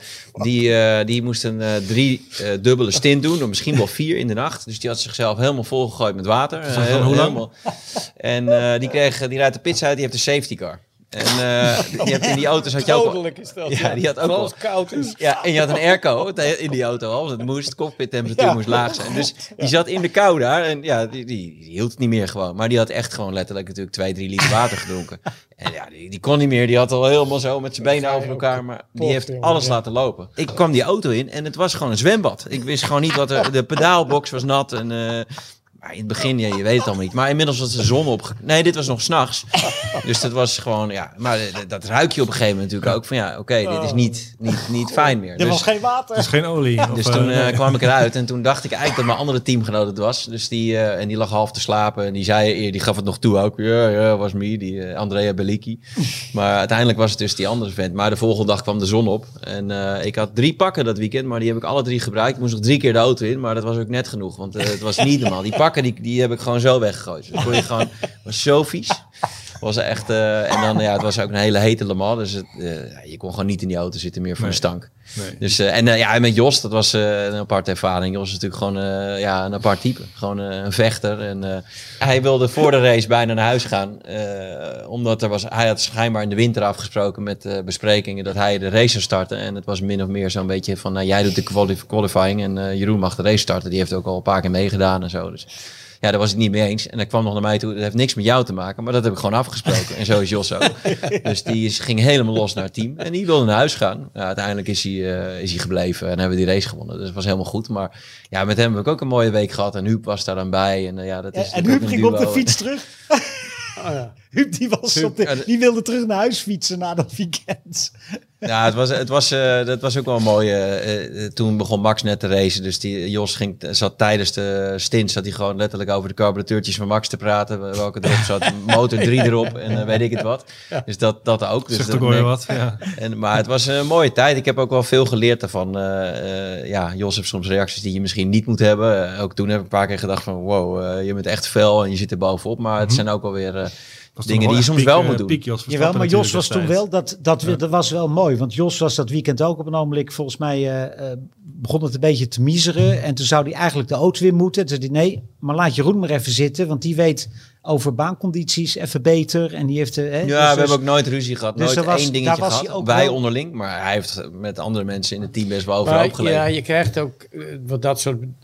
die moest een 3 dubbele stint doen. Of misschien wel 4 in de nacht. Dus die had zichzelf helemaal volgegooid met water. Hoe lang? En die rijdt de pits uit. Die heeft een safety car. En in die auto's had je ook al... Is dat, ja, die had ook al... het koud is. Ja, en je had een airco in die auto al. Want het moest, de cockpittemperatuur moest laag zijn. Dus die zat in de kou daar. En ja, die hield het niet meer gewoon. Maar die had echt gewoon letterlijk natuurlijk 2-3 liter water gedronken. En ja, die kon niet meer. Die had al helemaal zo met zijn benen over elkaar. Maar die heeft alles laten lopen. Ik kwam die auto in en het was gewoon een zwembad. Ik wist gewoon niet wat de pedaalbox was nat en... Maar in het begin, je weet het allemaal niet. Maar inmiddels was de zon op. Nee, dit was nog 's nachts. Dus dat was gewoon, maar dat ruik je op een gegeven moment natuurlijk ook. Van dit is niet fijn meer. Er was geen water. Er is geen olie. Dus toen kwam ik eruit. En toen dacht ik eigenlijk dat mijn andere teamgenoot het was. Dus die lag half te slapen. En die gaf het nog toe ook. Ja, was me. Die Andrea Bellicchi. Maar uiteindelijk was het dus die andere vent. Maar de volgende dag kwam de zon op. En ik had 3 pakken dat weekend. Maar die heb ik alle 3 gebruikt. Ik moest nog 3 keer de auto in. Maar dat was ook net genoeg. Want het was niet normaal. Die pakken die heb ik gewoon zo weggegooid. Dus kon je gewoon, was zo vies. Was echt, en dan, het was ook een hele hete Le Mans. Dus je kon gewoon niet in die auto zitten meer voor een stank. Nee. Dus, en met Jos, dat was een aparte ervaring. Jos is natuurlijk gewoon een apart type. Gewoon een vechter. En hij wilde voor de race bijna naar huis gaan. Omdat hij had schijnbaar in de winter afgesproken met besprekingen dat hij de race zou starten. En het was min of meer zo'n beetje van, jij doet de qualifying en Jeroen mag de race starten. Die heeft ook al een paar keer meegedaan en zo. Dus ja, daar was ik niet mee eens. En hij kwam nog naar mij toe. Dat heeft niks met jou te maken, maar dat heb ik gewoon afgesproken. En zo is Jos ook. Dus die ging helemaal los naar het team. En die wilde naar huis gaan. Ja, uiteindelijk is hij gebleven en hebben we die race gewonnen. Dus dat was helemaal goed. Maar ja, met hem heb ik ook een mooie week gehad. En Huub was daar dan bij. En, dat is en Huub ging op de fiets terug. Huub die wilde terug naar huis fietsen na dat weekend. Ja, dat was ook wel mooi. Toen begon Max net te racen. Dus Jos zat tijdens de stint zat hij gewoon letterlijk over de carburateurtjes van Max te praten. Welke erop zat. Motor 3 erop en weet ik het wat. Ja. Dus dat ook. Dus zegt ook weer wat. Ja. Maar het was een mooie tijd. Ik heb ook wel veel geleerd daarvan. Jos heeft soms reacties die je misschien niet moet hebben. Ook toen heb ik een paar keer gedacht van wow, je bent echt fel en je zit er bovenop. Maar het zijn ook wel weer... dingen die je soms wel moet doen. Jawel, maar Jos was toen wel, dat was wel mooi. Want Jos was dat weekend ook op een ogenblik, volgens mij begon het een beetje te miseren. En toen zou hij eigenlijk de auto weer moeten. Toen zei hij, nee, maar laat Jeroen maar even zitten. Want die weet over baancondities even beter. En die heeft... we hebben ook nooit ruzie gehad. Dus nooit één dingetje gehad. Wij onderling. Maar hij heeft met andere mensen in het team best wel overhoop gelegen. Ja, je krijgt ook, wat dat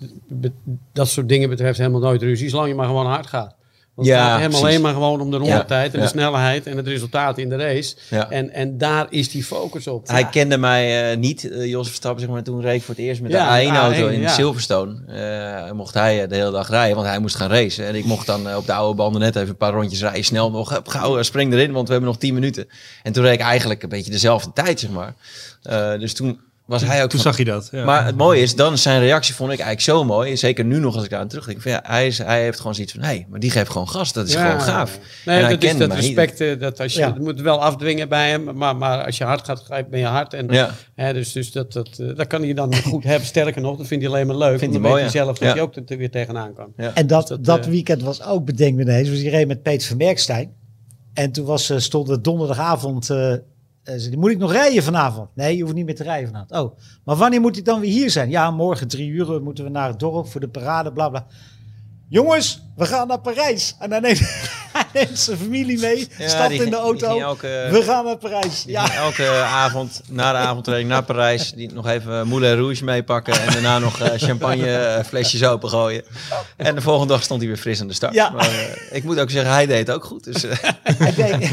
soort dingen betreft, helemaal nooit ruzie. Zolang je maar gewoon hard gaat. Want het gaat hem alleen maar gewoon om de rondetijd en de snelheid en het resultaat in de race. Ja. En daar is die focus op. Hij kende mij niet, Jos Verstappen, zeg maar, toen reed ik voor het eerst met de A1-auto in Silverstone. Mocht hij de hele dag rijden, want hij moest gaan racen. En ik mocht dan op de oude banden net even een paar rondjes rijden. Snel nog, gauw, spring erin, want we hebben nog 10 minuten. En toen reed ik eigenlijk een beetje dezelfde tijd, zeg maar. Dus toen... Toen zag je dat. Ja. Maar het mooie is, dan zijn reactie vond ik eigenlijk zo mooi. Zeker nu nog als ik daar aan terugdenk. Van, hij heeft gewoon zoiets van, maar die geeft gewoon gas. Dat is gewoon gaaf. Nee, dat is dat respect. Dat als je het moet wel afdwingen bij hem. Maar als je hard gaat, ben je hard. En, dus dat kan hij dan goed hebben. Sterker nog, dat vindt hij alleen maar leuk. Vindt hij mooi, weet hij zelf dat hij ook er weer tegenaan kan. Ja. En dat weekend was ook bedenkelijk ineens. Dus die reed met Peter van Merkstein. En toen stond het donderdagavond... moet ik nog rijden vanavond? Nee, je hoeft niet meer te rijden vanavond. Oh, maar wanneer moet ik dan weer hier zijn? Ja, morgen 3 uur moeten we naar het dorp voor de parade, bla bla. Jongens, we gaan naar Parijs. En dan neemt zijn familie mee, stapt in de auto. We gaan naar Parijs. Ja. Elke avond, na de avondtraining naar Parijs, die nog even Moulin Rouge meepakken. En daarna nog champagne flesjes opengooien. En de volgende dag stond hij weer fris aan de start. Ja. Maar ik moet ook zeggen, hij deed het ook goed. Dus, hij deed,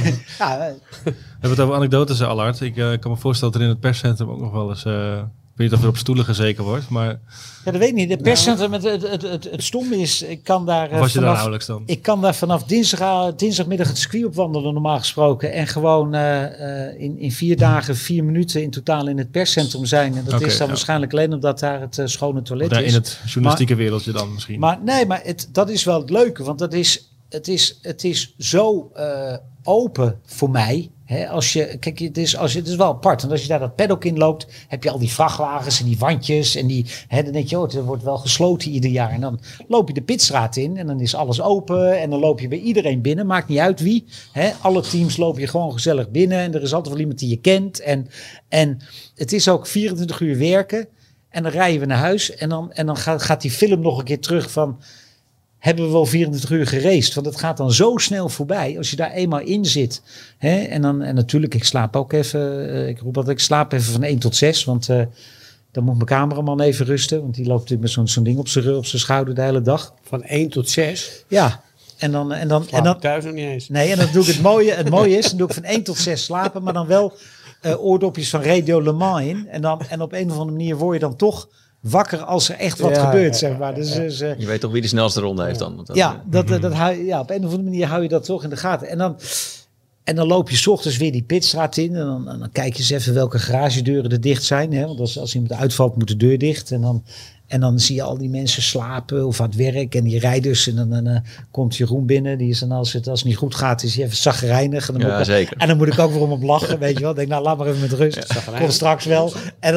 we hebben het over anekdotes, Allard. Ik kan me voorstellen dat er in het perscentrum ook nog wel eens... ik weet niet of er op stoelen gezeken wordt, maar... Ja, dat weet ik niet. Het perscentrum, het stomme is, ik kan daar... was je daar nauwelijks dan? Ik kan daar vanaf dinsdagmiddag het circuit opwandelen, normaal gesproken. En gewoon in 4 dagen, 4 minuten in totaal in het perscentrum zijn. En dat is dan waarschijnlijk alleen omdat daar het schone toilet is. In het journalistieke wereldje dan misschien. Maar nee, maar dat is wel het leuke, want het is zo open voor mij. Hè, het is wel apart. Want als je daar dat paddock in loopt, heb je al die vrachtwagens en die wandjes. En dan denk je, het wordt wel gesloten ieder jaar. En dan loop je de pitstraat in en dan is alles open. En dan loop je bij iedereen binnen. Maakt niet uit wie. Hè, alle teams loop je gewoon gezellig binnen. En er is altijd wel iemand die je kent. En het is ook 24 uur werken. En dan rijden we naar huis. En dan gaat die film nog een keer terug van... Hebben we wel 24 uur geraced. Want het gaat dan zo snel voorbij. Als je daar eenmaal in zit. Hè? En natuurlijk, ik slaap ook even. Ik roep altijd, ik slaap even van 1 tot 6. Want dan moet mijn cameraman even rusten. Want die loopt met zo'n ding op zijn schouder de hele dag. Van 1 tot 6? Ja. En dan thuis nog niet eens. Nee, en dan doe ik het mooie is, dan doe ik van 1 tot 6 slapen. Maar dan wel oordopjes van Radio Le Mans in. En op een of andere manier word je dan toch... wakker als er echt wat gebeurt, zeg maar. Dus, je weet toch wie de snelste ronde heeft dan? Op een of andere manier hou je dat toch in de gaten. En dan loop je 's ochtends weer die pitstraat in. En dan kijk je eens even welke garagedeuren er dicht zijn. Hè? Want als iemand uitvalt, moet de deur dicht. En dan zie je al die mensen slapen of aan het werk. En die rijders. En dan komt Jeroen binnen. Die is dan als het niet goed gaat, is hij even chagrijnig. En dan moet ik ook weer om hem lachen, weet je wel. Denk, laat maar even met rust. Kom straks wel.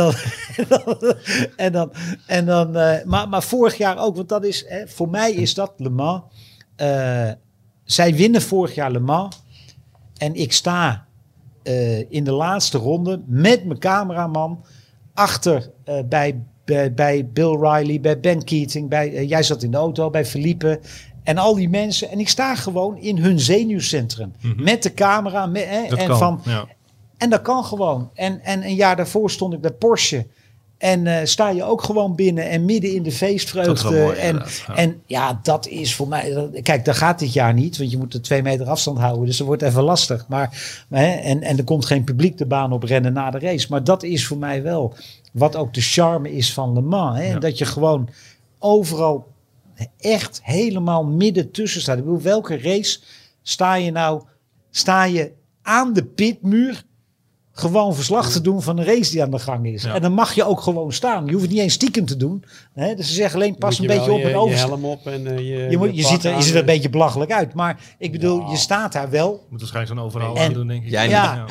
Maar vorig jaar ook. Want dat is, voor mij is dat Le Mans. Zij winnen vorig jaar Le Mans. En ik sta in de laatste ronde met mijn cameraman achter bij Bill Riley, bij Ben Keating, jij zat in de auto, bij Felipe en al die mensen. En ik sta gewoon in hun zenuwcentrum met de camera. En dat kan gewoon. En een jaar daarvoor stond ik bij Porsche. En sta je ook gewoon binnen en midden in de feestvreugde. Mooi, dat is voor mij... Kijk, dat gaat dit jaar niet. Want je moet 2 meter afstand houden. Dus dat wordt even lastig. En er komt geen publiek de baan op rennen na de race. Maar dat is voor mij wel wat ook de charme is van Le Mans. Hè? Ja. Dat je gewoon overal echt helemaal midden tussen staat. Ik bedoel, welke race sta je aan de pitmuur... gewoon verslag te doen van een race die aan de gang is. Ja. En dan mag je ook gewoon staan. Je hoeft het niet eens stiekem te doen. Hè? Dus ze zeggen alleen pas een beetje op en over. Je helm op en je ziet er een beetje belachelijk uit. Maar ik bedoel, je staat daar wel. Moet waarschijnlijk zo'n overal aan doen, denk ik. Jij ja.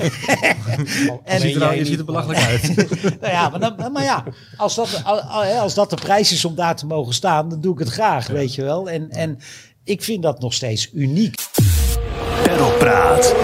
Je ziet er belachelijk uit. Nou ja, maar ja, als dat de prijs is om daar te mogen staan, dan doe ik het graag, weet je wel. En ik vind dat nog steeds uniek. Perlpraat.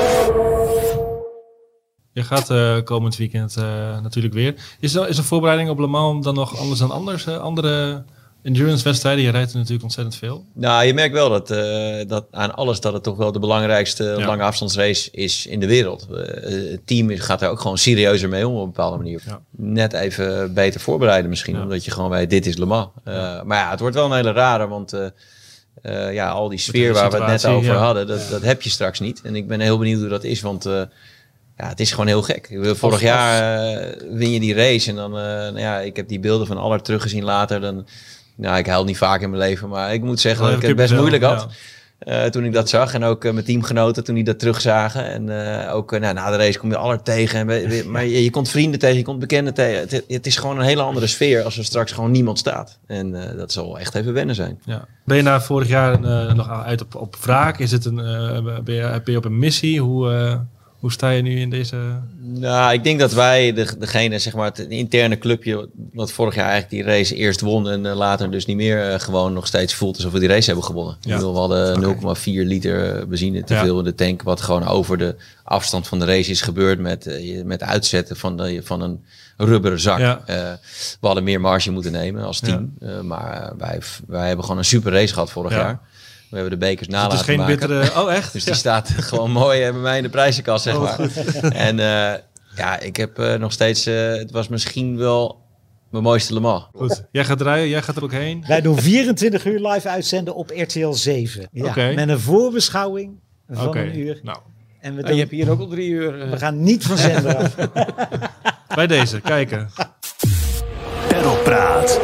Je gaat komend weekend natuurlijk weer. Is een voorbereiding op Le Mans dan nog anders dan andere endurance-wedstrijden? Je rijdt er natuurlijk ontzettend veel. Nou, je merkt wel dat aan alles dat het toch wel de belangrijkste lange afstandsrace is in de wereld. Het team gaat er ook gewoon serieuzer mee om op een bepaalde manier. Ja. Net even beter voorbereiden misschien, omdat je gewoon weet, dit is Le Mans. Maar ja, het wordt wel een hele rare, want al die sfeer waar we het net over hadden, dat heb je straks niet. En ik ben heel benieuwd hoe dat is, want het is gewoon heel gek. Vorig jaar win je die race en dan, ik heb die beelden van Allard teruggezien later. Dan, ik huil niet vaak in mijn leven, maar ik moet zeggen dat ik het best moeilijk had. Toen ik dat zag en ook mijn teamgenoten toen die dat terugzagen. En na de race kom je Allard tegen. Maar je komt vrienden tegen, je komt bekenden tegen. Het is gewoon een hele andere sfeer als er straks gewoon niemand staat. En dat zal echt even wennen zijn. Ja. Ben je na vorig jaar nog uit op wraak? Is het ben je op een missie? Hoe sta je nu in deze... Nou, ik denk dat wij, degene, zeg maar, het interne clubje, wat vorig jaar eigenlijk die race eerst won en later dus niet meer, gewoon nog steeds voelt alsof we die race hebben gewonnen. Ja. We hadden 0,4 liter benzine te veel in de tank, wat gewoon over de afstand van de race is gebeurd met uitzetten van een rubberen zak. Ja. We hadden meer marge moeten nemen als team, maar wij hebben gewoon een super race gehad vorig jaar. We hebben de bekers na laten maken. Bittere... Oh, echt? Dus die staat gewoon mooi bij mij in de prijzenkast, zeg maar. En ik heb nog steeds... het was misschien wel mijn mooiste Le Mans. Goed. Jij gaat rijden, jij gaat er ook heen. Wij doen 24 uur live uitzenden op RTL 7. Ja, okay. Met een voorbeschouwing van een uur. Nou. En je hebt hier ook al 3 uur. We gaan niet van zender af. Bij deze, kijken. Perlpraat.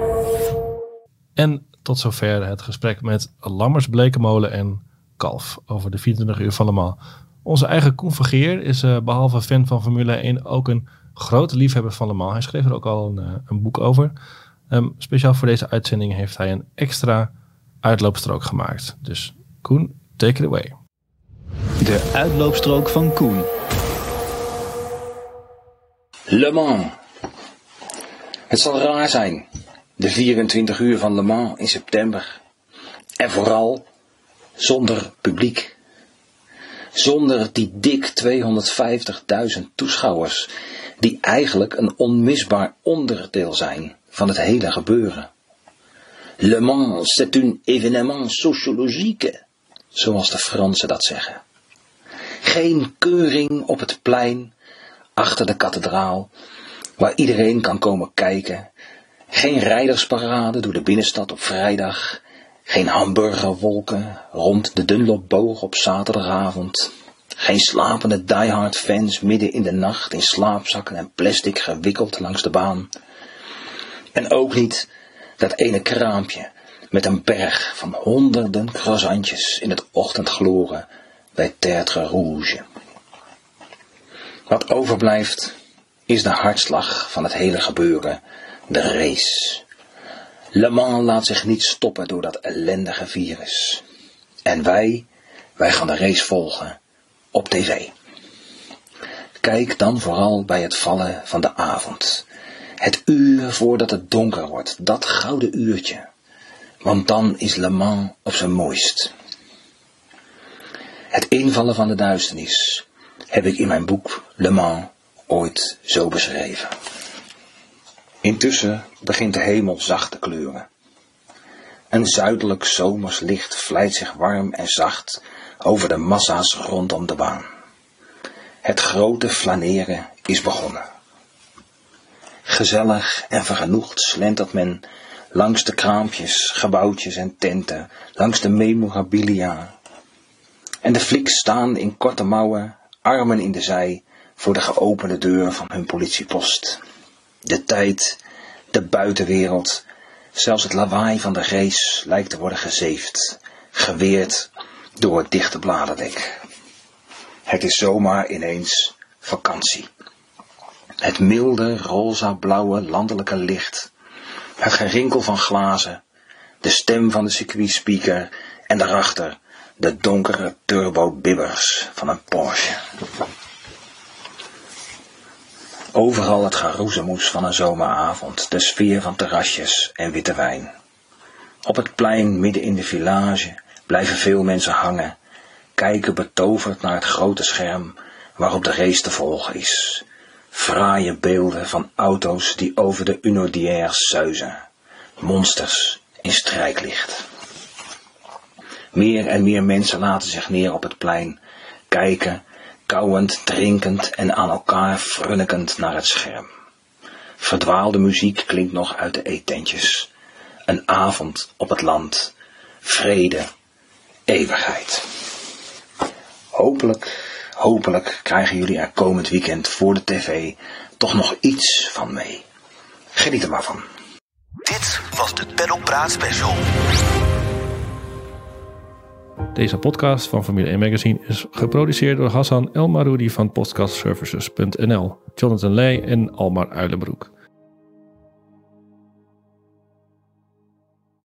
En tot zover het gesprek met Lammers, Blekemolen en Kalf over de 24 uur van Le Mans. Onze eigen Koen Vergeer is behalve fan van Formule 1 ook een grote liefhebber van Le Mans. Hij schreef er ook al een boek over. Speciaal voor deze uitzending heeft hij een extra uitloopstrook gemaakt. Dus Koen, take it away. De uitloopstrook van Koen. Le Mans. Het zal raar zijn. De 24 uur van Le Mans in september. En vooral zonder publiek. Zonder die dik 250.000 toeschouwers. Die eigenlijk een onmisbaar onderdeel zijn van het hele gebeuren. Le Mans, c'est un événement sociologique. Zoals de Fransen dat zeggen. Geen keuring op het plein. Achter de kathedraal. Waar iedereen kan komen kijken. Geen rijdersparade door de binnenstad op vrijdag. Geen hamburgerwolken rond de Dunlopboog op zaterdagavond. Geen slapende diehard fans midden in de nacht in slaapzakken en plastic gewikkeld langs de baan. En ook niet dat ene kraampje met een berg van honderden croissantjes in het ochtendgloren bij Tertre Rouge. Wat overblijft is de hartslag van het hele gebeuren. De race. Le Mans laat zich niet stoppen door dat ellendige virus. En wij gaan de race volgen. Op tv. Kijk dan vooral bij het vallen van de avond. Het uur voordat het donker wordt. Dat gouden uurtje. Want dan is Le Mans op zijn mooist. Het invallen van de duisternis heb ik in mijn boek Le Mans ooit zo beschreven. Intussen begint de hemel zacht te kleuren. Een zuidelijk zomers licht vlijt zich warm en zacht over de massa's rondom de baan. Het grote flaneren is begonnen. Gezellig en vergenoegd slentert men langs de kraampjes, gebouwtjes en tenten, langs de memorabilia. En de fliks staan in korte mouwen, armen in de zij, voor de geopende deur van hun politiepost. De tijd, de buitenwereld, zelfs het lawaai van de race lijkt te worden gezeefd, geweerd door het dichte bladerdek. Het is zomaar ineens vakantie. Het milde, rosa-blauwe landelijke licht. Het gerinkel van glazen. De stem van de circuitspeaker. En daarachter de donkere turbo-bibbers van een Porsche. Overal het geroezemoes van een zomeravond. De sfeer van terrasjes en witte wijn. Op het plein midden in de village blijven veel mensen hangen. Kijken betoverd naar het grote scherm waarop de race te volgen is. Fraaie beelden van auto's die over de Unodière suizen. Monsters in strijklicht. Meer en meer mensen laten zich neer op het plein. Kijken, kauwend, drinkend en aan elkaar frunnikend naar het scherm. Verdwaalde muziek klinkt nog uit de eetentjes. Een avond op het land. Vrede, eeuwigheid. Hopelijk krijgen jullie er komend weekend voor de tv toch nog iets van mee. Geniet er maar van. Dit was de Paddock Praat Special. Deze podcast van Formule 1 Magazine is geproduceerd door Hassan El Maroudi van podcastservices.nl, Jonathan Leij en Almar Uilenbroek.